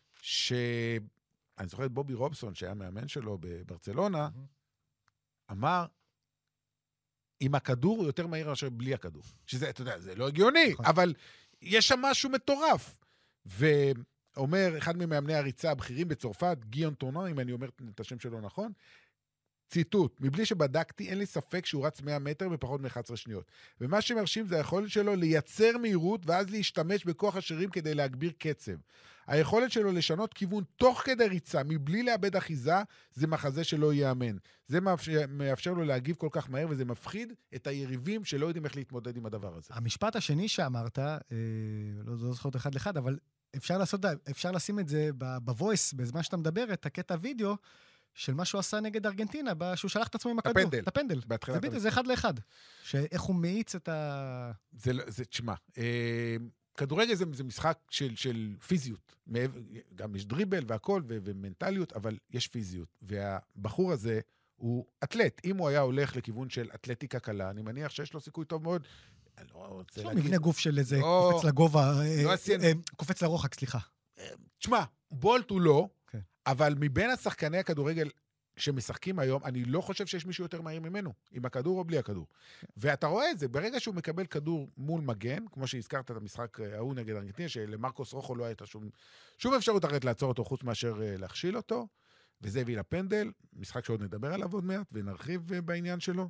אני זוכר את בובי רובסון, שהיה מאמן שלו בברצלונה, אמר, עם הכדור הוא יותר מהיר מאשר בלי הכדור. שזה, אתה יודע, זה לא הגיוני, אבל יש שם משהו מטורף. ואומר, אחד ממאמני הריצה הבכירים בצרפת, גיון טורנר, אם אני אומר את השם שלו נכון, ציטוט, מבלי שבדקתי, אין לי ספק שהוא רץ 100 מטר בפחות מ-11 שניות. ומה שמרשים זה היכולת שלו לייצר מהירות, ואז להשתמש בכוח השרירים כדי להגביר קצב. היכולת שלו לשנות כיוון תוך כדי ריצה, מבלי לאבד אחיזה, זה מחזה שלא ייאמן. זה מאפשר לו להגיב כל כך מהר, וזה מפחיד את היריבים שלא יודעים איך להתמודד עם הדבר הזה. המשפט השני שאמרת, לא זוכר אותו אחד לאחד, אבל אפשר לשים את זה בוויס, בזמן שאתה מדבר, את הקטע וידאו, של מה שהוא עשה נגד ארגנטינה, שהוא שלח את עצמו עם הכדור. הפנדל. זה בדיוק, זה 1-1. שאיך הוא מאיץ את ה... זה תשמע, כדורגל זה משחק של פיזיות. גם יש דריבל והכל ומנטליות, אבל יש פיזיות. והבחור הזה הוא אתלט. אם הוא היה הולך לכיוון של אתלטיקה קלה, אני מניח שיש לו סיכוי טוב מאוד. אני לא רוצה להגיד... מבנה גוף של איזה קופץ לגובה, קופץ לרוחק, סליחה. תשמע, בולט הוא לא, אבל מבין השחקני הכדורגל שמשחקים היום, אני לא חושב שיש מישהו יותר מהיר ממנו, עם הכדור או בלי הכדור. ואתה רואה את זה, ברגע שהוא מקבל כדור מול מגן, כמו שהזכרת את המשחק ההוא נגד ארגנטינה, שלמרקוס רוחו לא הייתה שום אפשרות אחרת לעצור אותו, חוץ מאשר להכשיל אותו, וזה הביא לפנדל, משחק שעוד נדבר עליו עוד מעט, ונרחיב בעניין שלו.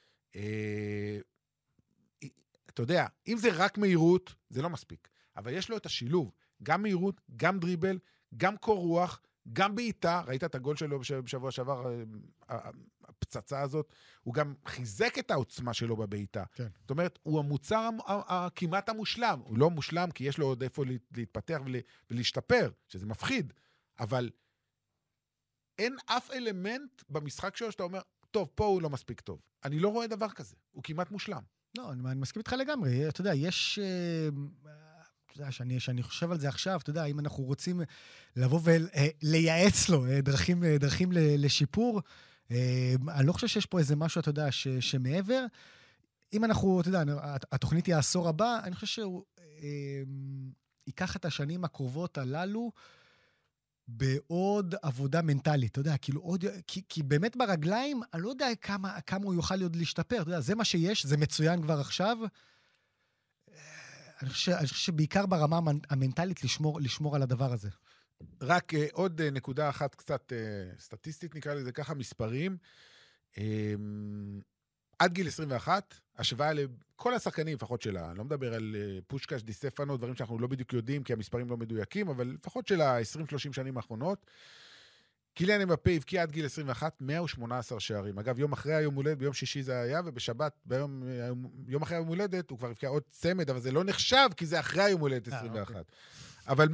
אתה יודע, אם זה רק מהירות, זה לא מספיק. אבל יש לו את השילוב, גם מהירות, גם דריבל, גם קור רוח, גם בעיטה, ראית את הגול שלו בשבוע שעבר, הפצצה הזאת, הוא גם חיזק את העוצמה שלו בבעיטה. כן. זאת אומרת, הוא המוצר כמעט המושלם. הוא לא מושלם, כי יש לו עוד איפה להתפתח ולהשתפר, שזה מפחיד. אבל אין אף אלמנט במשחק שלו שאתה אומר, טוב, פה הוא לא מספיק טוב. אני לא רואה דבר כזה. הוא כמעט מושלם. לא, אני מסכים איתך לגמרי. אתה יודע, יש... אתה יודע, שאני חושב על זה עכשיו, אתה יודע, אם אנחנו רוצים לבוא ולייעץ לו דרכים לשיפור, אני לא חושב שיש פה איזה משהו, אתה יודע, שמעבר, אם אנחנו, אתה יודע, התוכנית היא העשור הבא, אני חושב שהוא ייקח את השנים הקרובות הללו, בעוד עבודה מנטלית, אתה יודע, כאילו עוד, כי באמת ברגליים, אני לא יודע כמה הוא יוכל עוד להשתפר, אתה יודע, זה מה שיש, זה מצוין כבר עכשיו. אני חושב שבעיקר ברמה המנטלית לשמור על הדבר הזה. רק עוד נקודה אחת קצת סטטיסטית, נקרא לזה ככה, מספרים. עד גיל 21, השוואה לכל השחקנים, לפחות שלה, אני לא מדבר על פושקש, דיסטפנו, דברים שאנחנו לא בדיוק יודעים, כי המספרים לא מדויקים, אבל לפחות של ה-20-30 שנים האחרונות, קיליאן אמבפה הבקיע עד גיל 21, 118 שערים. אגב, יום אחרי היום הולדת, ביום שישי זה היה, ובשבת, יום אחרי היום הולדת, הוא כבר הבקיע עוד צמד, אבל זה לא נחשב, כי זה אחרי היום הולדת 21. אבל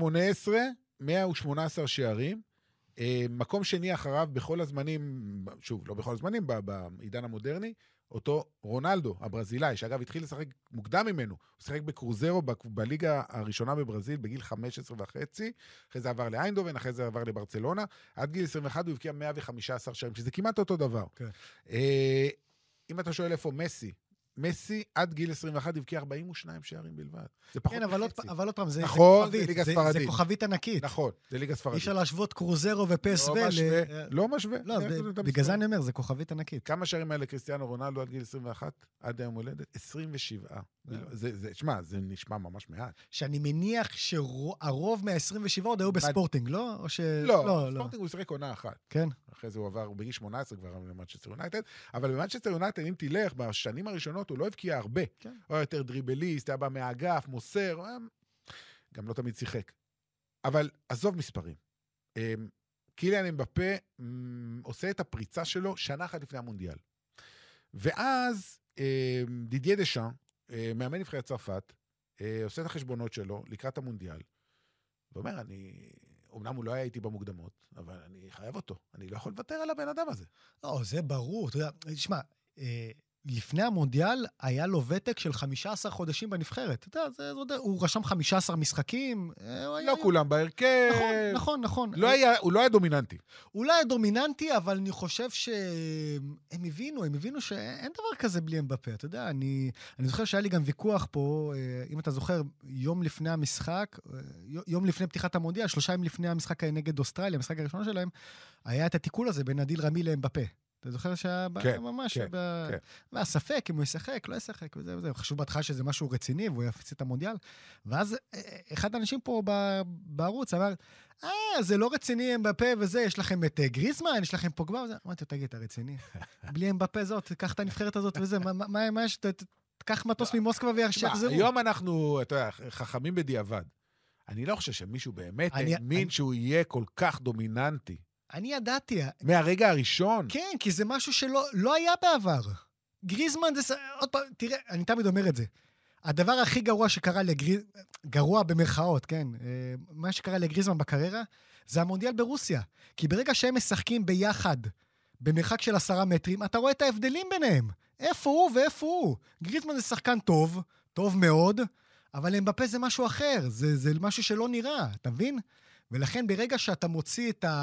118 שערים, מקום שני אחריו בכל הזמנים, שוב, לא בכל הזמנים, בעידן המודרני, אותו רונלדו, הברזילאי, שאגב התחיל לשחק מוקדם ממנו, הוא שחק בקרוזרו בליגה הראשונה בברזיל בגיל 15 וחצי, אחרי זה עבר לאיינדובן, אחרי זה עבר לברצלונה, עד גיל 21 הוא הבקיע 115 שערים, שזה כמעט אותו דבר. Okay. אם אתה שואל איפה מסי עד גיל 21 הבקיע 42 שערים בלבד. זה פחות כן, אבל עוד פעם, זה ליגה ספרדית. זה כוכבית ענקית. נכון, זה ליגה ספרדית. אי אפשר להשוות קרוזרו ופסו. לא משווה. לא, בגלל זה אני אומר, זה כוכבית ענקית. כמה שערים האלה קריסטיאנו רונלדו עד גיל 21? עד היום הולדת? 27. שמע, זה נשמע ממש מעט. שאני מניח שהרוב מה-27 עוד היו בספורטינג, לא? לא, בספורטינג הוא שחק עונה אחת. כן. אחרי זה הוא עבר בגיל 18 כבר למנצ'סטר יונייטד, אבל במנצ'סטר יונייטד, אם תלך, בשנים הראשונות הוא לא הבקיע הרבה. כן. הוא היה יותר דריבליסט, היה בא מהאגף, מוסר, גם לא תמיד שיחק. אבל עזוב מספרים. קיליאן אמבפה עושה את הפריצה שלו שנה אחת לפני המונדיאל. ואז דידיה דשאן, מאמן נבחרת צרפת, עושה את החשבונות שלו לקראת המונדיאל, ואומר, אמנם הוא לא היה איתי במוקדמות, אבל אני חייב אותו. אני לא יכול לוותר על הבן אדם הזה. לא, זה ברור. אתה יודע, תשמע, לפני המונדיאל היה לו ותק של 15 חודשים בנבחרת. אתה יודע, הוא רשם 15 משחקים. לא כולם בהרכב. נכון. הוא לא היה דומיננטי. הוא לא היה דומיננטי, אבל אני חושב שהם הבינו שאין דבר כזה בלי אמבפה. אתה יודע, אני זוכר שהיה לי גם ויכוח פה, אם אתה זוכר, יום לפני המשחק, יום לפני פתיחת המונדיאל, 3 ימים לפני המשחק נגד אוסטרליה, המשחק הראשון שלהם, היה את התיקול הזה בין עדיל רמי לאמבפה. אתה זוכר שהיה ממש, והספק אם הוא ישחק, לא ישחק, וזה. חשוב בהתחלה שזה משהו רציני, והוא יפציע את המונדיאל. ואז אחד האנשים פה בערוץ אמר, זה לא רציני אמבפה וזה, יש לכם את גריזמן, יש לכם פוגבה וזה. אמרתי, תגיד, אתה רציני? בלי אמבפה זאת, קח את הנבחרת הזאת וזה, מה יש? תקח מטוס ממוסקבה ויחזרו. היום אנחנו, אתה יודע, חכמים בדיעבד. אני לא חושב שמישהו באמת האמין שהוא יהיה כל כך דומיננטי. אני ידעתי. מהרגע הראשון? כן, כי זה משהו שלא היה בעבר. גריזמן זה... עוד פעם, תראה, אני תמיד אומר את זה. הדבר הכי גרוע שקרה גרוע במרכאות, כן? מה שקרה לגריזמן בקריירה, זה המונדיאל ברוסיה. כי ברגע שהם משחקים ביחד, במרחק של 10 מטרים, אתה רואה את ההבדלים ביניהם. איפה הוא ואיפה הוא? גריזמן זה שחקן טוב, טוב מאוד, אבל אמבפה זה משהו אחר. זה משהו שלא נראה, אתה מבין? ולכן ברגע שאתה מוציא את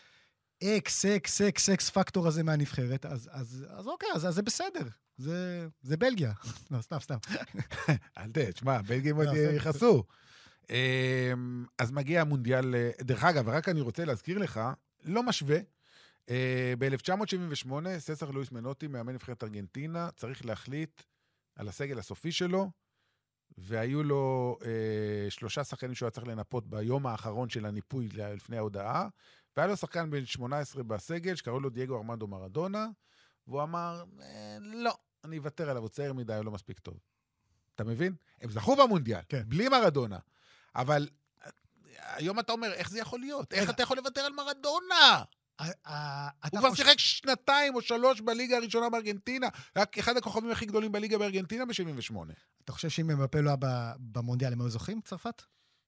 אקס פקטור הזה מהנבחרת, אז אוקיי, אז זה בסדר. זה בלגיה. לא, סתם. אל תשמע, בלגיה מאוד יחסו. אז מגיע המונדיאל, דרך אגב, רק אני רוצה להזכיר לך, לא משווה, ב-1978, ססר לואיס מנוטי, מאמן נבחרת ארגנטינה, צריך להחליט על הסגל הסופי שלו, והיו לו 3 שחקנים שהוא היה צריך לנפות ביום האחרון של הניפוי לפני ההודעה, והיה לו שחקן בן 18 בסגל, שקראו לו דייגו ארמנדו מרדונה, והוא אמר, לא, אני אוותר עליו, הוא צעיר מדי, הוא לא מספיק טוב. אתה מבין? הם זכו במונדיאל, כן. בלי מרדונה. אבל היום אתה אומר, איך זה יכול להיות? איך אתה יכול לוותר על מרדונה? הוא כבר שיחק 2 או 3 בליגה הראשונה בארגנטינה, רק אחד הכוכבים הכי גדולים בליגה בארגנטינה ב-78. אתה חושב שאם אמבפה לא היה במונדיאל, הם היו זוכים, צרפת?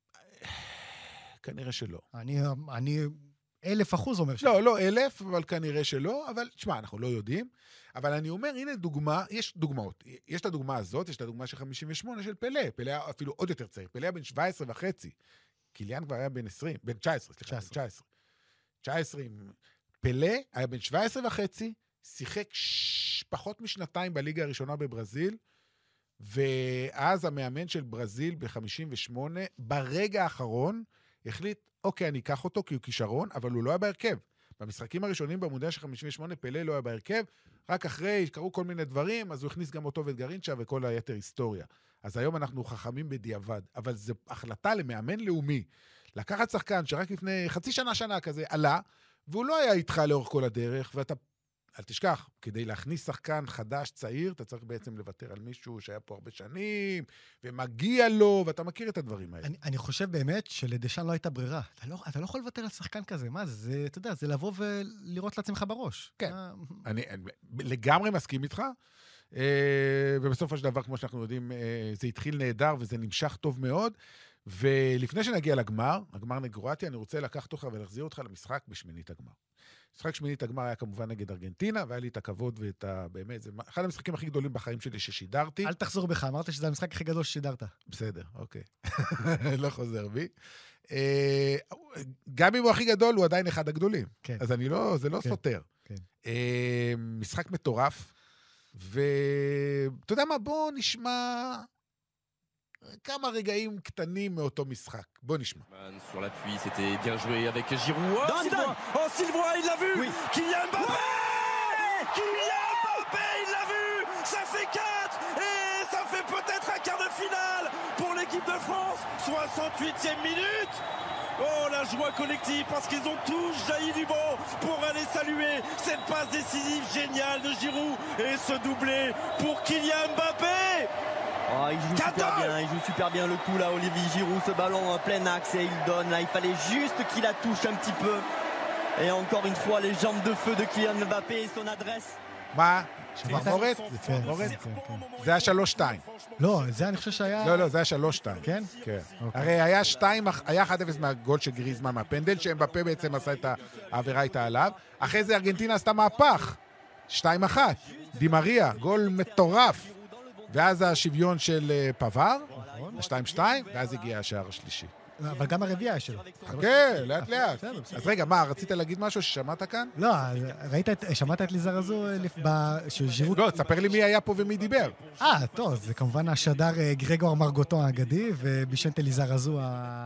כנראה שלא. אני 1000% אומר שלא. לא 1000, אבל כנראה שלא, אבל תשמע, אנחנו לא יודעים. אבל אני אומר, הנה דוגמה, יש דוגמאות. יש את הדוגמה הזאת, יש את הדוגמה של 58 של פלא. פלא היה אפילו עוד יותר צעיר. פלא היה בן 17 וחצי. קיליאן כבר היה בן 20, בן 19, סליחה, 19. פלא היה בן 17 וחצי, שיחק פחות משנתיים בליגה הראשונה בברזיל, ואז המאמן של ברזיל ב-58, ברגע האחרון, החליט, אוקיי, אני אקח אותו כי הוא כישרון, אבל הוא לא היה בהרכב. במשחקים הראשונים במונדיאל של 58, פלה לא היה בהרכב, רק אחרי, קראו כל מיני דברים, אז הוא הכניס גם אותו ואת גרינצ'ה וכל היתר היסטוריה. אז היום אנחנו חכמים בדיעבד, אבל זו החלטה למאמן לאומי, לקחת שחקן שרק לפני חצי שנה כזה עלה, והוא לא היה איתך לאורך כל הדרך, ואתה, אל תשכח, כדי להכניס שחקן חדש, צעיר, אתה צריך בעצם לוותר על מישהו שהיה פה הרבה שנים, ומגיע לו, ואתה מכיר את הדברים האלה. אני חושב באמת שלדשן לא הייתה ברירה. אתה לא יכול לוותר על שחקן כזה. מה זה? אתה יודע, זה לבוא ולראות לעצמך בראש. כן. אני לגמרי מסכים איתך, ובסופו של דבר, כמו שאנחנו יודעים, זה התחיל נהדר, וזה נמשך טוב מאוד, ולפני שנגיע לגמר נגרואטיה, אני רוצה לקחת אותך ולהחזיר אותך למשחק בשמינית הגמר. משחק שמינית הגמר היה כמובן נגד ארגנטינה, והיה לי את הכבוד ואת באמת, זה אחד המשחקים הכי גדולים בחיים שלי ששידרתי. אל תחזור בך, אמרת שזה המשחק הכי גדול ששידרת. בסדר, אוקיי. לא חוזר בי. גם אם הוא הכי גדול, הוא עדיין אחד הגדולים. כן. אז זה לא סותר. כן. משחק מטורף, ואתה יודע מה, בוא נשמע כמה רגעים קטנים מאותו משחק. בוא נשמע. Sur l'appui, c'était bien joué avec Giroud. Oh, Sylvain, il l'a vu. Oui. Kylian Mbappé. Kylian Mbappé, il l'a vu. Ça fait 4 et ça fait peut-être un quart de finale pour l'équipe de France. 68e minute. Oh, la joie collective parce qu'ils ont tous jailli du banc pour aller saluer cette passe décisive géniale de Giroud et ce doublé pour Kylian Mbappé. Oh, il joue super bien le coup là, Olivier Giroud, ce ballon en plein axe et il donne là, il fallait juste qu'il la touche un petit peu. Et encore une fois, les jambes de feu de Kylian Mbappé et son adresse. מה? צמרמורת? זה צמרמורת? זה היה 3-2. לא, זה אני חושב שהיה... לא, זה היה 3-2. כן? כן. הרי היה 1-0 מהגול של גריזמן מהפנדל, שאמבפה בעצם עשה את העבירה איתה עליו. אחרי זה ארגנטינה עשתה מהפך. 2-1. דימריה, גול מטורף. ואז השוויון של פבר, 2-2, ואז הגיע השער השלישי. אבל גם הרביעייה שלו. חכה, לאט לאט. אז רגע, מה, רצית להגיד משהו ששמעת כאן? לא, שמעת את ליזר הזו שז'ירוד... לא, תספר לי מי היה פה ומי דיבר. טוב, זה כמובן השדר גרגור מרגוטו האגדי, ובישנטה ליזר הזו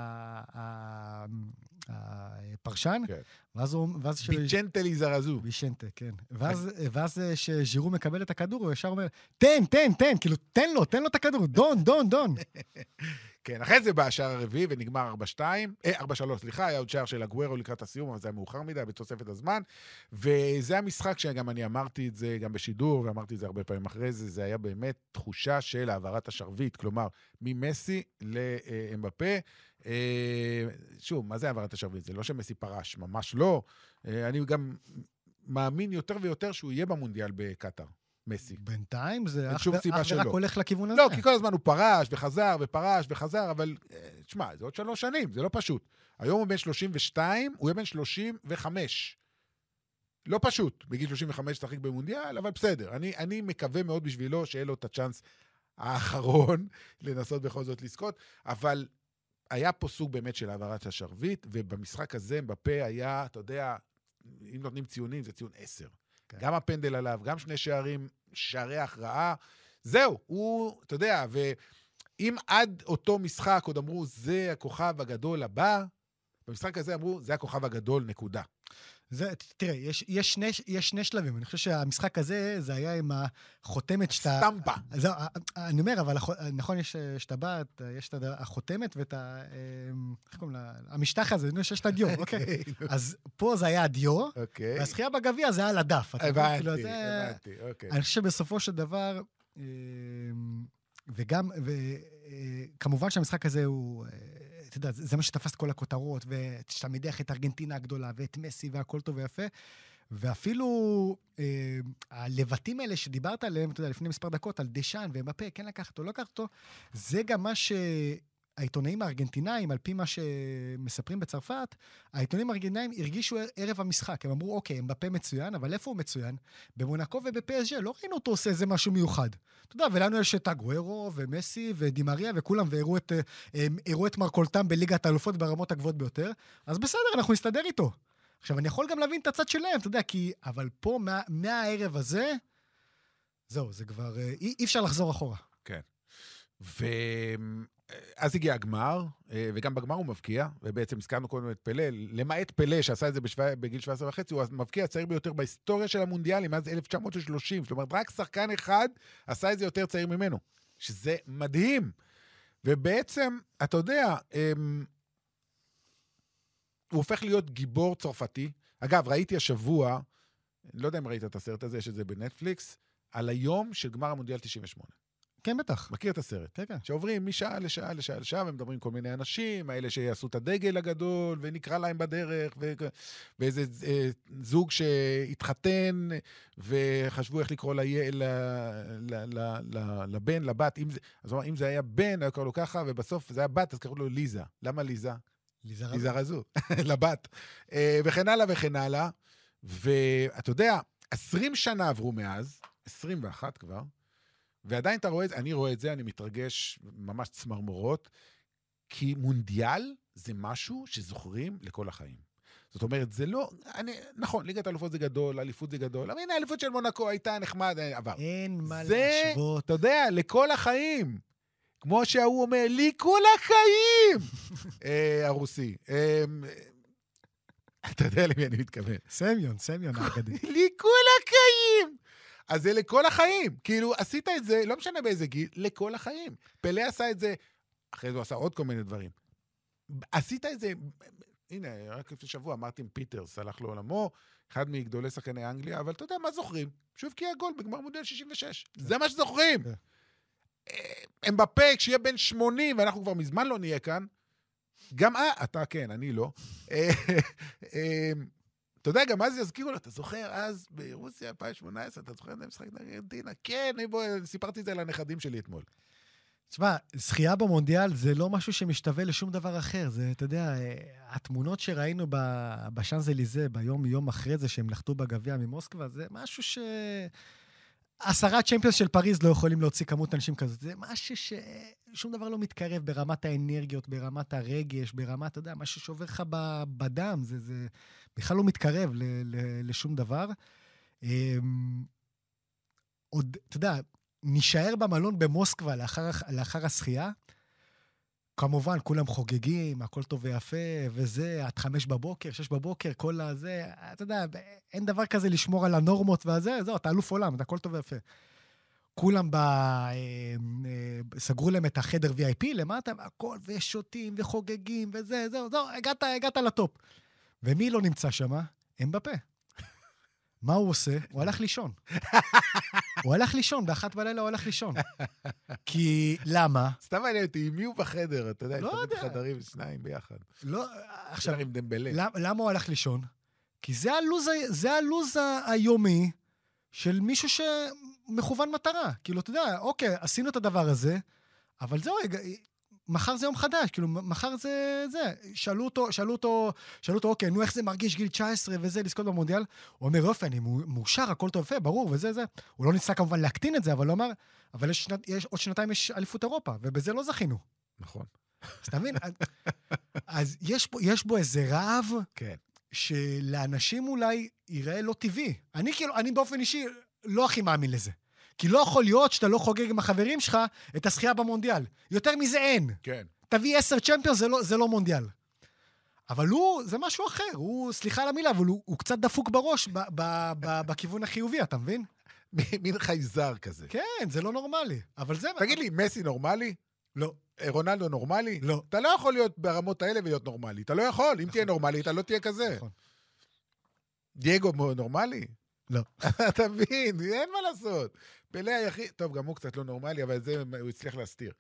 הפרשן. בישנטה ליזר הזו. בישנטה, כן. ואז שז'ירוד מקבל את הכדור, הוא ישר אומר, תן, כאילו, תן לו את הכדור, דון. כן, אחרי זה בא השער הרביעי ונגמר 4-3, היה עוד שער של אגוארו לקראת הסיום, אבל זה היה מאוחר מדי בתוספת הזמן, וזה המשחק שגם אני אמרתי את זה גם בשידור, ואמרתי את זה הרבה פעמים אחרי זה, זה היה באמת תחושה של העברת השרביט, כלומר, ממסי לאמבפה, שוב, מה זה העברת השרביט? זה לא שמסי פרש, ממש לא, אני גם מאמין יותר ויותר שהוא יהיה במונדיאל בקטר. מסי. בינתיים זה אך ורק הולך לכיוון הזה. לא, כי כל הזמן הוא פרש וחזר, אבל תשמע, זה עוד 3 שנים, זה לא פשוט. היום הוא בן 32, הוא יהיה בן 35. לא פשוט, בגיל 35 תחק במונדיאל, אבל בסדר. אני מקווה מאוד בשבילו שיהיה לו את הצ'אנס האחרון לנסות בכל זאת לזכות, אבל היה פה סוג באמת של העברת השרביט, ובמשחק הזה מבפה היה, אתה יודע, אם נותנים ציונים, זה ציון 10. גם הפנדל עליו, גם 2 שערים, שערי הכרעה, זהו, הוא, אתה יודע, ואם עד אותו משחק עוד אמרו, זה הכוכב הגדול הבא, במשחק הזה אמרו, זה הכוכב הגדול, נקודה. תראה, יש שני שלבים, אני חושב שהמשחק הזה, זה היה עם החותמת שאתה... סטמפה. אני אומר, אבל נכון, יש שאתה בא, יש את החותמת ואת איך קוראים לה? המשטח הזה, יש את הדיו, אוקיי. אז פה זה היה הדיו, והזכייה בגביע זה היה על הדף. הבנתי, אוקיי. אני חושב שבסופו של דבר, וגם, כמובן שהמשחק הזה הוא... אתה יודע, זה מה שתפס כל הכותרות, ושאתה מדיח את ארגנטינה הגדולה, ואת מסי, והכל טוב ויפה, ואפילו הלבטים האלה שדיברת עליהם, אתה יודע, לפני מספר דקות, על דשן ומבפה, כן לקח אותו, לא לקח אותו, זה גם מה שהעיתונאים הארגנטינאים, על פי מה שמספרים בצרפת, העיתונאים הארגנטינאים הרגישו ערב המשחק, הם אמרו, אוקיי, מבפה מצוין, אבל איפה הוא מצוין? במונקו ובפסג' לא ראינו אותו עושה איזה משהו מיוחד. אתה יודע, ולנו יש את אגוארו ומסי ודימריה וכולם, והראו את מרקולתם בליגת האלופות ברמות הגבוהות ביותר, אז בסדר, אנחנו נסתדר איתו. עכשיו, אני יכול גם להבין את הצד שלהם, אתה יודע, אבל פה, מהערב הזה, זהו, זה כבר, אי אפשר לחזור אחורה. כן. אז הגיע הגמר, וגם בגמר הוא מבקיע, ובעצם הזכרנו קודם את פלה, למעט פלה שעשה את זה בגיל 17 וחצי, הוא המבקיע הצעיר ביותר בהיסטוריה של המונדיאלים, מאז 1930, זאת אומרת, רק שחקן אחד עשה את זה יותר צעיר ממנו, שזה מדהים. ובעצם, אתה יודע, הוא הופך להיות גיבור צרפתי. אגב, ראיתי השבוע, לא יודע אם ראית את הסרט הזה, שזה בנטפליקס, על היום של גמר המונדיאל 98. כן, בטח. מכיר את הסרט? כן, כן. שעוברים משעה לשעה לשעה לשעה, ומדברים כל מיני אנשים, האלה שיעשו את הדגל הגדול, ונקרא להם בדרך, ואיזה זוג שהתחתן, וחשבו איך לקרוא לבן, לבת. אז אם זה היה בן, היה קורא לו ככה, ובסוף זה היה בת, אז קראו לו ליזה. למה ליזה? ליזה רזו. לבת. וכן הלאה וכן הלאה. ואתה יודע, 20 שנה עברו מאז, 21 כבר, ועדיין אתה רואה את זה, אני רואה את זה, אני מתרגש ממש צמרמורות, כי מונדיאל זה משהו שזוכרים לכל החיים. זאת אומרת, זה לא, נכון, ליגת האלופות זה גדול, אליפות זה גדול, אבל הנה, האליפות של מונקו הייתה נחמד, עבר. אין מה זה, להשוות. אתה יודע, לכל החיים. כמו שההוא אומר, לי כל החיים! הרוסי. אתה יודע למי אני מתכוון. סמיון האגדי. לי כל החיים! אז זה לכל החיים. כאילו, עשית את זה, לא משנה באיזה גיל, לכל החיים. פלה עשה את זה, אחרי זה הוא עשה עוד כל מיני דברים. עשית את זה, הנה, רק לפני שבוע, מרטין פיטרס הלך לעולמו, אחד מגדולי שחקני אנגליה, אבל אתה יודע מה זוכרים? שהוא הבקיע גול בגמר מונדיאל 66. זה מה שזוכרים. אמבפה, כשיהיה בן 80, ואנחנו כבר מזמן לא נהיה כאן, גם אתה כן, אני לא. אתה יודע, גם אז יזכירו לו, אתה זוכר אז ברוסיה 2018, אתה זוכר את זה משחק נגד ארגנטינה? כן, סיפרתי את זה לנכדים שלי אתמול. תשמע, זכייה במונדיאל זה לא משהו שמשתווה לשום דבר אחר. זה, אתה יודע, התמונות שראינו בשאנז-אליזה, יום אחרי זה שהם לחתו בגביע ממוסקבה, זה משהו 10 צ'מפיונס של פריז לא יכולים להוציא כמות אנשים כזאת. זה משהו ששום דבר לא מתקרב ברמת האנרגיות, ברמת הרגש, ברמת, אתה יודע, משהו שעובר לך בדם. זה בכלל לא מתקרב לשום דבר. עוד, אתה יודע, נשאר במלון במוסקבה לאחר השחייה. כמובן, כולם חוגגים, הכל טוב ויפה, וזה, עד 5 בבוקר, 6 בבוקר, כל הזה, אתה יודע, אין דבר כזה לשמור על הנורמות והזה, זהו, אתה אלוף עולם, אתה הכל טוב ויפה. כולם סגרו להם את החדר VIP למטה, הכל, ושותים וחוגגים, וזה, זהו, הגעת לטופ. ומי לא נמצא שם? אמבפה. מה הוא עושה? הוא הלך לישון. הוא הלך לישון, ב1 בלילה הוא הלך לישון. כי, למה? סתם מעניין אותי, מי הוא בחדר? אתה יודע, לא תמיד יודע. חדרים 2 ביחד. לא, עכשיו, עם דמבלה. למה הוא הלך לישון? כי זה הלוז היומי של מישהו שמכוון מטרה. כאילו, אתה יודע, אוקיי, עשינו את הדבר הזה, אבל זהו, מחר זה יום חדש, כאילו, מחר זה. שאלו אותו, אוקיי, נו, איך זה מרגיש גיל 19 וזה, לזכות במונדיאל? הוא אומר, יופי, אני מאושר, הכל טוב יפה, ברור, וזה. הוא לא ניסה כמובן להקטין את זה, אבל הוא אמר, אבל עוד שנתיים יש אליפות אירופה, ובזה לא זכינו. נכון. אז אתה מבין? אז יש בו איזה רעב, כן. שלאנשים אולי ייראה לא טבעי. אני באופן אישי לא הכי מאמין לזה. כי לא יכול להיות שאתה לא חוגג עם החברים שלך את השחייה במונדיאל. יותר מזה אין. כן. תביא 10 צ'מפיונס, זה לא מונדיאל. אבל זה משהו אחר. סליחה על המילה, אבל הוא קצת דפוק בראש בכיוון החיובי, אתה מבין? מין חייזר כזה. כן, זה לא נורמלי. אבל זה... תגיד לי, מסי נורמלי? לא. רונלדו נורמלי? לא. אתה לא יכול להיות ברמות האלה ולהיות נורמלי. אתה לא יכול. אם תהיה נורמלי, אתה לא תהיה כזה. נכון. דייגו נורמלי? לא. אתה מבין, אין מה לעשות. פלה היחיד, טוב, גם הוא קצת לא נורמלי, אבל זה הוא הצליח להסתיר.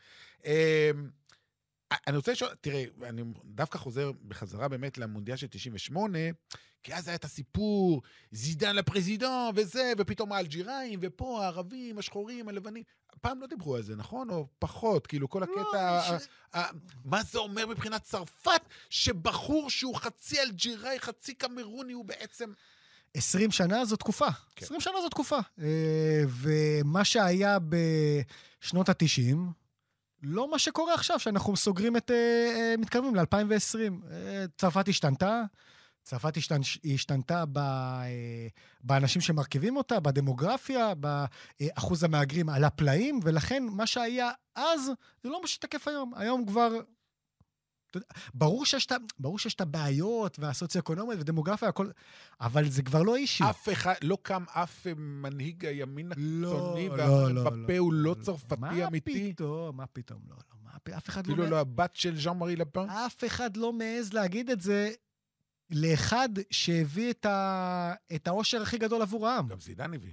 אני רוצה לשאול, תראה, אני דווקא חוזר בחזרה באמת למונדיאל של 98, כי אז היה את הסיפור, זידן לפרזידן וזה, ופתאום האלג'יראים, ופה הערבים, השחורים, הלבנים. פעם לא דיברו על זה, נכון? או פחות, כאילו כל הקטע... מה זה אומר מבחינת צרפת, שבחור שהוא חצי אלג'יראי, חצי קמרוני, הוא בעצם... 20 שנה זו תקופה. כן. 20 שנה זו תקופה. ומה שהיה בשנות ה-90, לא מה שקורה עכשיו, שאנחנו סוגרים מתקרבים ל-2020. צרפת השתנתה, צרפת השתנתה באנשים שמרכיבים אותה, בדמוגרפיה, באחוז המהגרים על הפלאים, ולכן מה שהיה אז, זה לא מה שתקף היום. היום כבר... ברור שיש את הבעיות והסוציו-אקונומיות ודמוגרפיה, הכל, אבל זה כבר לא אישי. אף אחד, לא קם אף מנהיג הימין הקיצוני, לא. בפה הוא לא צרפתי אמיתי. מה פתאום, לא. אף אחד כאילו לא הבת של ז'אן מארי לפן? אף אחד לא מעז להגיד את זה לאחד שהביא את העושר הכי גדול עבור העם. גם זידן הביא.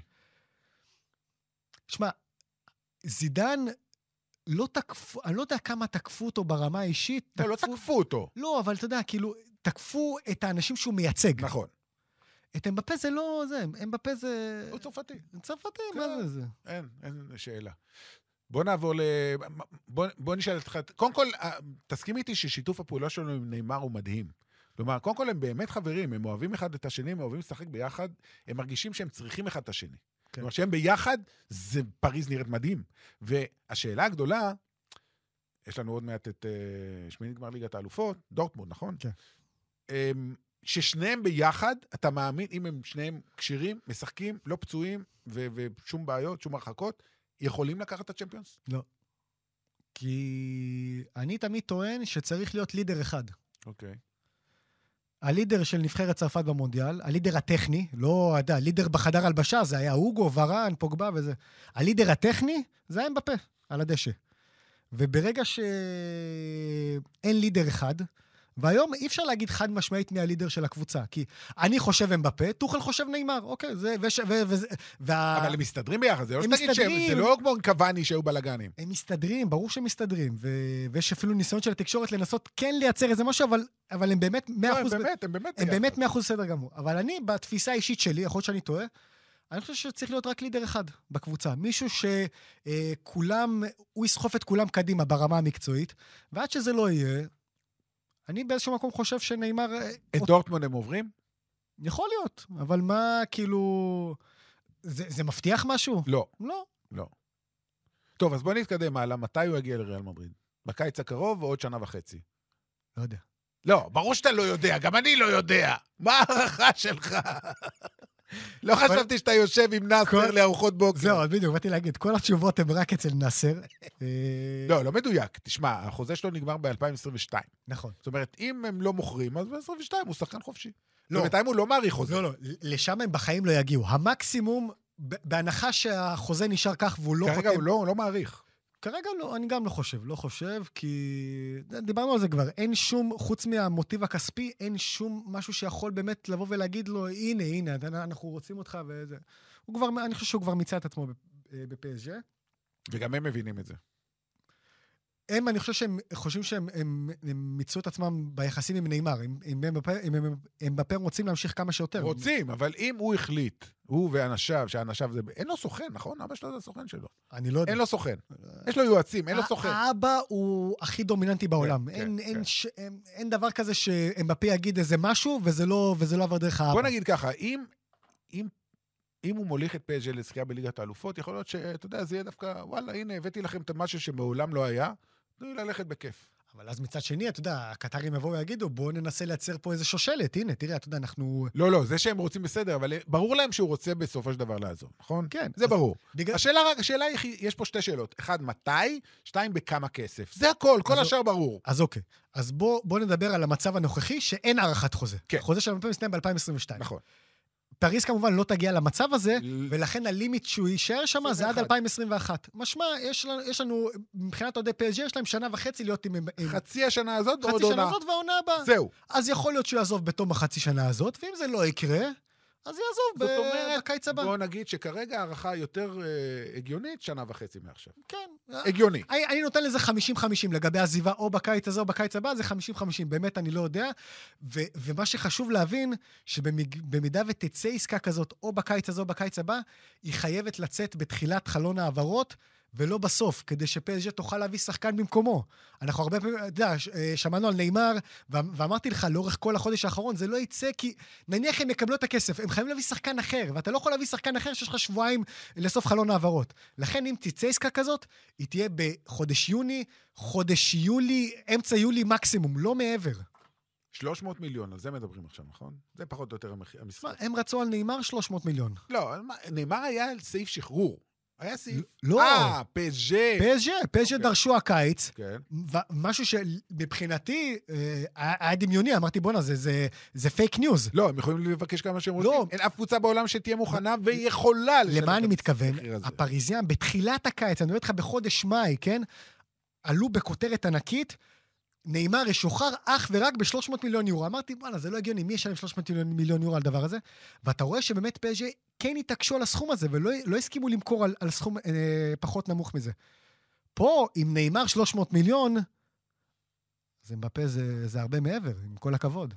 שמע, זידן לא תקפו, אני לא יודע כמה תקפו אותו ברמה האישית. לא תקפו אותו. לא, אבל אתה יודע, כאילו, תקפו את האנשים שהוא מייצג. נכון. את אמבפה זה לא זה, אמבפה זה... הוא צרפתי. צרפתי, מה זה? אין שאלה. בוא נעבור בוא נשאל אותך, קודם כל, תסכים איתי ששיתוף הפעולה שלנו עם ניימר הוא מדהים. כלומר, קודם כל הם באמת חברים, הם אוהבים אחד את השני, הם אוהבים לשחק ביחד, הם מרגישים שהם צריכים אחד את השני. כלומר, שהם ביחד, פריז נראית מדהים. והשאלה הגדולה, יש לנו עוד מעט את שמינית גמר ליגת האלופות, דורטמונד, נכון? כן. ששניהם ביחד, אתה מאמין, אם הם שניהם קשירים, משחקים, לא פצועים, ושום בעיות, שום הרחקות, יכולים לקחת את הצ'מפיונס? לא. כי אני תמיד טוען שצריך להיות לידר אחד. אוקיי. הלידר של נבחרת צרפת במונדיאל, הלידר הטכני, לא, יודע, לידר בחדר הלבשה, זה היה אוגו, ורן, פוגבה וזה. הלידר הטכני, זה היה אמבפה, על הדשא. וברגע שאין לידר אחד, והיום אי אפשר להגיד חד משמעית מהלידר של הקבוצה, כי אני חושב אמבפה, תוכל חושב ניימר, אוקיי, זה, אבל הם מסתדרים ביחד, זה לא שתגיד שהם, זה לא כמו קוואני שהיו בלגנים. הם מסתדרים, ברור שהם מסתדרים, ויש אפילו ניסיון של התקשורת לנסות כן לייצר איזה משהו, אבל הם באמת 100%, הם באמת 100% סדר גמור. אבל אני, בתפיסה האישית שלי, יכול להיות שאני טועה, אני חושב שצריך להיות רק לידר אחד בקבוצה. מישהו שכולם, הוא יסחוף את כולם קדימה ברמה המקצועית, ועד שזה לא יהיה, אני באיזשהו מקום חושב שניימר... את דורטמונד הם עוברים? יכול להיות, אבל מה, כאילו... זה מבטיח משהו? לא. לא. טוב, אז בוא נתקדם הלאה. מתי הוא יגיע לריאל מדריד? בקיץ הקרוב או עוד שנה וחצי? לא יודע. לא, ברור שאתה לא יודע, גם אני לא יודע. מה הערכה שלך? לא חשבתי שאתה יושב עם נאסר לארוחות בוקר. זהו, בדיוק, באתי להגיד, כל התשובות הן רק אצל נאסר. לא מדויק. תשמע, החוזה שלו נגמר ב-2022. נכון. זאת אומרת, אם הם לא מוכרים, אז ב-2022 הוא שחקן חופשי. בינתיים הוא לא מעריך חוזה. לא, לשם הם בחיים לא יגיעו. המקסימום, בהנחה שהחוזה נשאר כך והוא לא חותם... כרגע הוא לא מעריך. כרגע לא, אני גם לא חושב, כי דיברנו על זה כבר, אין שום, חוץ מהמוטיב הכספי, אין שום משהו שיכול באמת לבוא ולהגיד לו, הנה, אנחנו רוצים אותך וזה. אני חושב שהוא כבר מיצה את עצמו בפסג'. וגם הם מבינים את זה. אני חושב שהם חושבים שהם מיצו את עצמם ביחסים עם ניימר, הם בפר רוצים להמשיך כמה שיותר. רוצים, אבל אם הוא החליט, הוא ואנשיו, שהאנשיו זה... אין לו סוכן, נכון? אבא שלו זה הסוכן שלו. אני לא יודע. אין לו סוכן. יש לו יועצים, אין לו סוכן. האבא הוא הכי דומיננטי בעולם. אין דבר כזה שאמבפה יגיד איזה משהו, וזה לא עבר דרך האבא. בוא נגיד ככה, אם הוא מוליך את פז'ה לזכייה בליגת האלופות, יכול להיות שאתה יודע, זה יהיה דווקא, וואלה, הנה, הבאתי לכם את משהו שמעולם לא היה, תנו לי ללכת בכיף. אבל אז מצד שני, אתה יודע, הקטרים יבואו ויגידו, בואו ננסה לייצר פה איזה שושלת, הנה, תראה, אתה יודע, אנחנו... לא, זה שהם רוצים בסדר, אבל ברור להם שהוא רוצה בסופו של דבר לעזוב, נכון? כן. זה ברור. השאלה היא, יש פה שתי שאלות. אחד, מתי? שתיים, בכמה כסף. זה הכל, כל השאר ברור. אז אוקיי. אז בואו נדבר על המצב הנוכחי, שאין הערכת חוזה. כן. חוזה של אמבפה מסתיים ב-2022. נכון. פריז כמובן לא תגיע למצב הזה, ולכן הלימיט שהוא יישאר שם זה עד 2021. משמע, יש לנו, מבחינת עודי PSG, יש להם שנה וחצי להיות עם... חצי השנה הזאת ועוד עונה. חצי שנה הזאת והעונה הבאה. זהו. אז יכול להיות שהוא יעזוב בתום החצי שנה הזאת, ואם זה לא יקרה, אז יעזוב בקיץ הבא. בוא נגיד שכרגע הערכה יותר הגיונית, שנה וחצי מעכשיו. כן. הגיוני. אני נותן לזה 50-50 לגבי עזיבה או בקיץ הזה או בקיץ הבא, זה 50-50. באמת אני לא יודע. ומה שחשוב להבין, שבמידה ותצא עסקה כזאת או בקיץ הזה או בקיץ הבא, היא חייבת לצאת בתחילת חלון העברות, ולא בסוף, כדי שפסג' תוכל להביא שחקן במקומו. אנחנו הרבה פעמים, אתה יודע, שמענו על ניימר, ואמרתי לך, לאורך כל החודש האחרון, זה לא יצא, כי נניח הם יקבלו את הכסף, הם חייבים להביא שחקן אחר, ואתה לא יכול להביא שחקן אחר שיש לך שבועיים לסוף חלון העברות. לכן, אם תצא עסקה כזאת, היא תהיה בחודש יוני, חודש יולי, אמצע יולי מקסימום, לא מעבר. 300 מיליון, על זה מדברים עכשיו, נכון? זה פחות או יותר המשחק. הם רצו על נאמר 300 מיליון. לא, נאמר היה על סעיף שחרור. היה סעיף... לא. פז'ה דרשו הקיץ, כן. משהו שמבחינתי היה דמיוני, אמרתי בונה, זה פייק ניוז. לא, הם יכולים לבקש כמה שהם רוצים. אין אף קבוצה בעולם שתהיה מוכנה ויכולה לשלם. למה אני מתכוון? הפריזיאן, בתחילת הקיץ, אני אומר לך בחודש מאי, כן? עלו בכותרת ענקית, נאמר ישוחרר אך ורק ב-300 מיליון יורו. אמרתי, בואנה, זה לא הגיוני, מי ישלם 300 מיליון יורו על דבר הזה? ואתה רואה שבאמת פז'ה כן התעקשו על הסכום הזה, ולא הסכימו למכור על סכום פחות נמוך מזה. פה, אם נאמר 300 מיליון, אז אמבפה זה הרבה מעבר, עם כל הכבוד.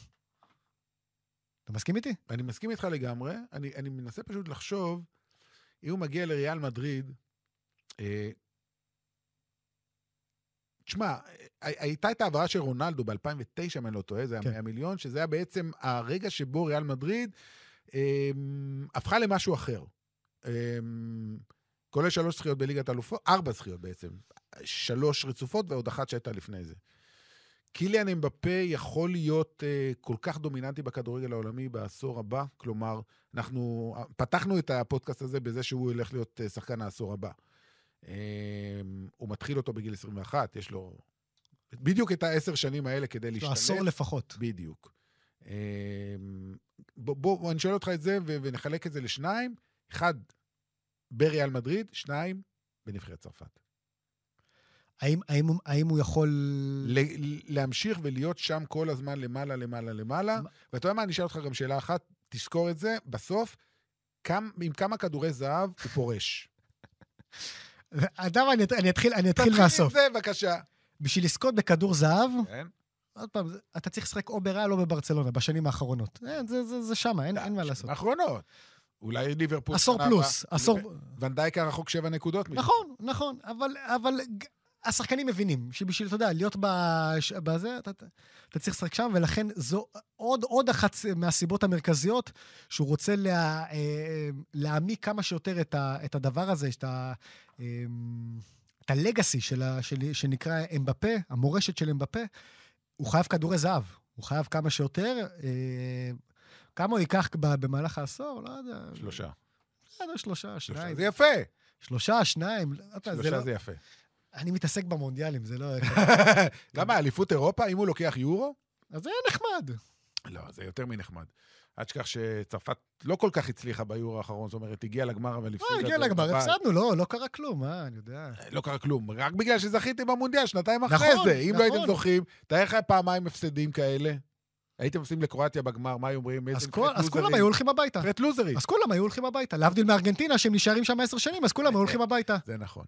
אתה מסכים איתי? אני מסכים איתך לגמרי. אני מנסה פשוט לחשוב, אם הוא מגיע לריאל מדריד, תשמע, הייתה את העברה של רונלדו ב-2009, אם אני לא טועה, זה היה 100 מיליון, שזה היה בעצם הרגע שבו ריאל מדריד הפכה למשהו אחר. כולל 3 זכיות בליגת אלופות, 4 זכיות בעצם, 3 רצופות ועוד אחת שהייתה לפני זה. קיליאן אמבפה יכול להיות כל כך דומיננטי בכדורגל העולמי בעשור הבא, כלומר, אנחנו פתחנו את הפודקאסט הזה בזה שהוא ילך להיות שחקן העשור הבא. הוא מתחיל אותו בגיל 21, יש לו בדיוק את 10 שנים האלה כדי להשתלט. עשור לפחות. בדיוק. בוא, אני שואל אותך את זה ונחלק את זה לשניים. 1 בריאל מדריד, 2 בנבחרת צרפת. האם הוא יכול... להמשיך ולהיות שם כל הזמן למעלה. ואתה יודע מה, אני אשאל אותך גם שאלה אחת, תזכור את זה, בסוף, עם כמה כדורי זהב הוא פורש. אדם, אני אתחיל מהסוף. תתחיל עם זה, בבקשה. בשביל לזכות בכדור זהב, כן. עוד פעם, אתה צריך לשחק או בריאל או בברצלונה, בשנים האחרונות. זה שם, אין מה לעשות. האחרונות. אולי ליברפול... עשור פלוס. ונדייק הרחוק 7 נקודות. נכון, אבל השחקנים מבינים שבשביל, אתה יודע, להיות בזה, אתה צריך לשחק שם, ולכן זו עוד אחת מהסיבות המרכזיות, שהוא רוצה להעמיק כמה שיותר את הדבר הזה, את הלגאסי שנקרא אמבפה, המורשת של אמבפה, הוא חייב כדורי זהב, הוא חייב כמה שיותר, כמה הוא ייקח במהלך העשור, לא יודע. 3. 3, 2. זה יפה. 3, 2. 3 זה יפה. אני מתעסק במונדיאלים, זה לא... למה, אליפות אירופה, אם הוא לוקח יורו? אז זה נחמד. לא, זה יותר מנחמד. עד שכך שצרפת לא כל כך הצליחה ביורו האחרון, זאת אומרת, הגיעה לגמר, אבל הפסידה... הגיעה לגמר, הפסדנו, לא קרה כלום, אני יודע. לא קרה כלום, רק בגלל שזכיתם במונדיאל, 2 אחרי זה. אם לא הייתם זוכים, תאר לך פעמיים הפסדים כאלה. הייתם עושים לקרואטיה בגמר, מה אומרים? אז כולם היו הולכים הביתה. פרט לוזרים. אז כולם היו הולכים הביתה. להבדיל מארגנטינה, שהם נשארים שם 10 שנים, אז כולם היו הולכים הביתה. זה נכון.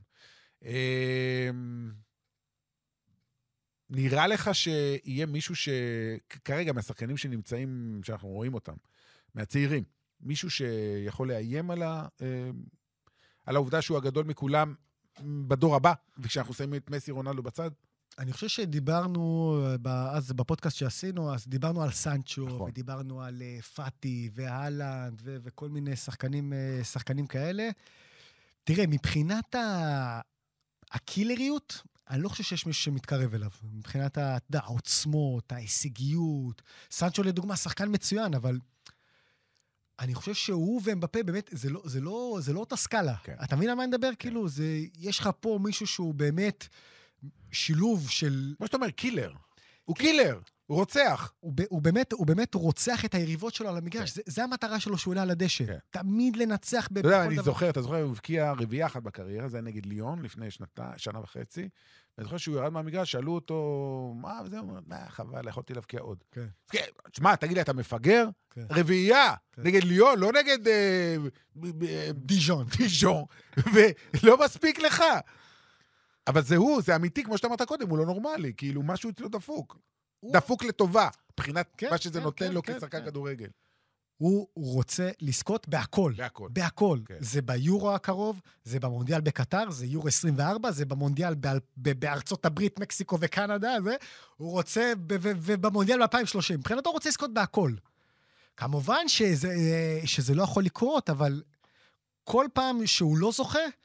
נראה לך שיהיה מישהו שכרגע מהשחקנים שנמצאים, שאנחנו רואים אותם, מהצעירים, מישהו שיכול לאיים על העובדה שהוא הגדול מכולם בדור הבא, וכשאנחנו שמים את מסי רונלדו בצד? אני חושב שדיברנו, אז בפודקאסט שעשינו, אז דיברנו על סנצ'ו, נכון. ודיברנו על פאטי והלנד וכל מיני שחקנים כאלה. תראה, מבחינת הקילריות, אני לא חושב שיש מישהו שמתקרב אליו. מבחינת העוצמות, ההישגיות. סנצ'ו לדוגמה, שחקן מצוין, אבל אני חושב שהוא ואמבפה באמת, זה לא אותה סקאלה. כן. אתה מבין על מה נדבר? כן. כאילו, יש לך פה מישהו שהוא באמת שילוב של... מה שאתה אומר, קילר. הוא קילר. הוא רוצח. הוא באמת רוצח את היריבות שלו על המגרש. כן. זה המטרה שלו שהוא עולה על הדשא. כן. תמיד לנצח בכל דבר. אתה זוכר, הוא הבקיע רביעייה אחת בקריירה, זה היה נגד ליון לפני שנה וחצי, ואני זוכר שהוא ירד מהמגרש, שאלו אותו, מה, וזה אומר, חבל, יכולתי להבקיע עוד. כן. תשמע, תגיד לי, אתה מפגר? כן. רביעייה, כן. נגד ליון, לא נגד דיז'ון. ולא מספיק לך. אבל זה אמיתי, כמו שאתה אמרת קודם, הוא לא נורמלי, כאילו משהו אצלו דפוק. דפוק לטובה, מבחינת מה שזה נותן לו כשחקן כדורגל. הוא רוצה לזכות בהכל. בהכל. זה ביורו הקרוב, זה במונדיאל בקטר, זה יורו 24, זה במונדיאל בארצות הברית, מקסיקו וקנדה, הוא רוצה, ובמונדיאל ב-2030. מבחינתו הוא רוצה לזכות בהכל. כמובן שזה לא יכול לקרות, אבל כל פעם שהוא לא זוכה,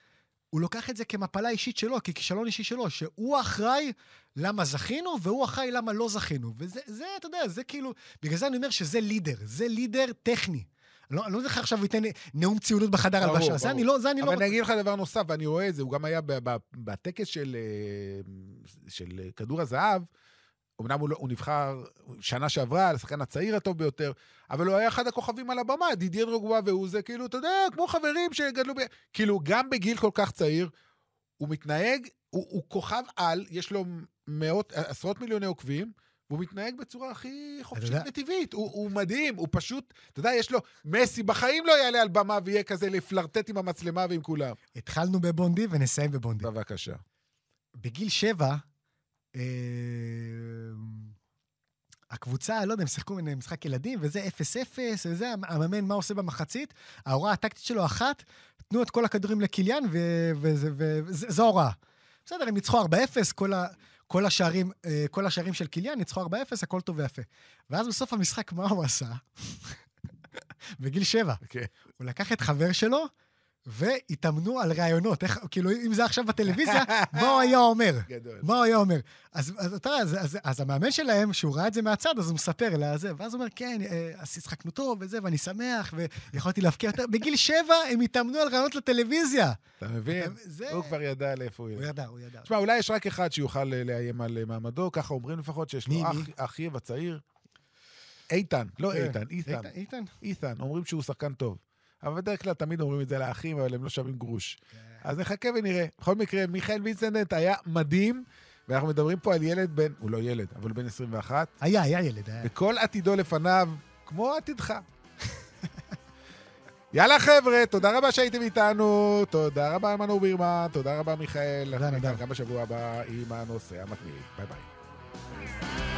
הוא לוקח את זה כמפלה אישית שלו, ככישלון אישי שלו, שהוא אחראי למה זכינו, והוא אחראי למה לא זכינו. וזה, אתה יודע, זה כאילו, בגלל זה אני אומר שזה לידר, זה לידר טכני. אני לא יודע לך עכשיו הוא ייתן נאום ציונות בחדר הלבשה, זה אני לא... אבל אני אגיד לך דבר נוסף, ואני רואה את זה, הוא גם היה בטקס של כדור הזהב, אמנם הוא נבחר שנה שעברה, לשחקן הצעיר הטוב ביותר, אבל הוא היה אחד הכוכבים על הבמה, דידיאר דרוגבה, והוא זה כאילו, אתה יודע, כמו חברים שגדלו כאילו, גם בגיל כל כך צעיר, הוא מתנהג, הוא כוכב על, יש לו עשרות מיליוני עוקבים, והוא מתנהג בצורה הכי חופשית וטבעית, הוא מדהים, הוא פשוט, אתה יודע, יש לו, מסי בחיים לא יעלה על במה, ויהיה כזה לפלרטט עם המצלמה ועם כולם. התחלנו בבונדי ונסיים בבונדי. בבקשה. בגיל 7, הקבוצה, לא יודע, הם שיחקו משחק ילדים, וזה 0-0, וזה המאמן מה עושה במחצית, ההוראה הטקטית שלו אחת, תנו את כל הכדורים לקיליאן, וזו ההוראה. בסדר, הם ניצחו 4-0, כל השערים של קיליאן ניצחו 4-0, הכל טוב ויפה. ואז בסוף המשחק, מה הוא עשה? בגיל 7. הוא לקח את חבר שלו, והתאמנו על רעיונות. כאילו, אם זה עכשיו בטלוויזיה, מה הוא היה אומר? מה הוא היה אומר? אז המאמן שלהם, שהוא ראה את זה מהצד, אז הוא מספר לזה, ואז הוא אומר, כן, אז שחקנו טוב וזה, ואני שמח, ויכולתי להפקיע יותר. בגיל 7 הם התאמנו על רעיונות לטלוויזיה. אתה מבין? הוא כבר ידע לאיפה הוא ידע. הוא ידע. תשמע, אולי יש רק אחד שיוכל לאיים על מעמדו, ככה אומרים לפחות שיש לו אחיו הצעיר. איתן, לא איתן, איתן. אומרים שהוא שחקן טוב. אבל בדרך כלל תמיד אומרים את זה לאחים, אבל הם לא שווים גרוש. אז נחכה ונראה. בכל מקרה, מיכאל וינסנט היה מדהים, ואנחנו מדברים פה על ילד בן, הוא לא ילד, אבל בן 21. היה ילד. וכל עתידו לפניו, כמו עתידך. יאללה חבר'ה, תודה רבה שהייתם איתנו, תודה רבה מנור בירמה, תודה רבה מיכאל. תודה נדב. גם בשבוע הבא עם הנושא המתמיד. ביי ביי.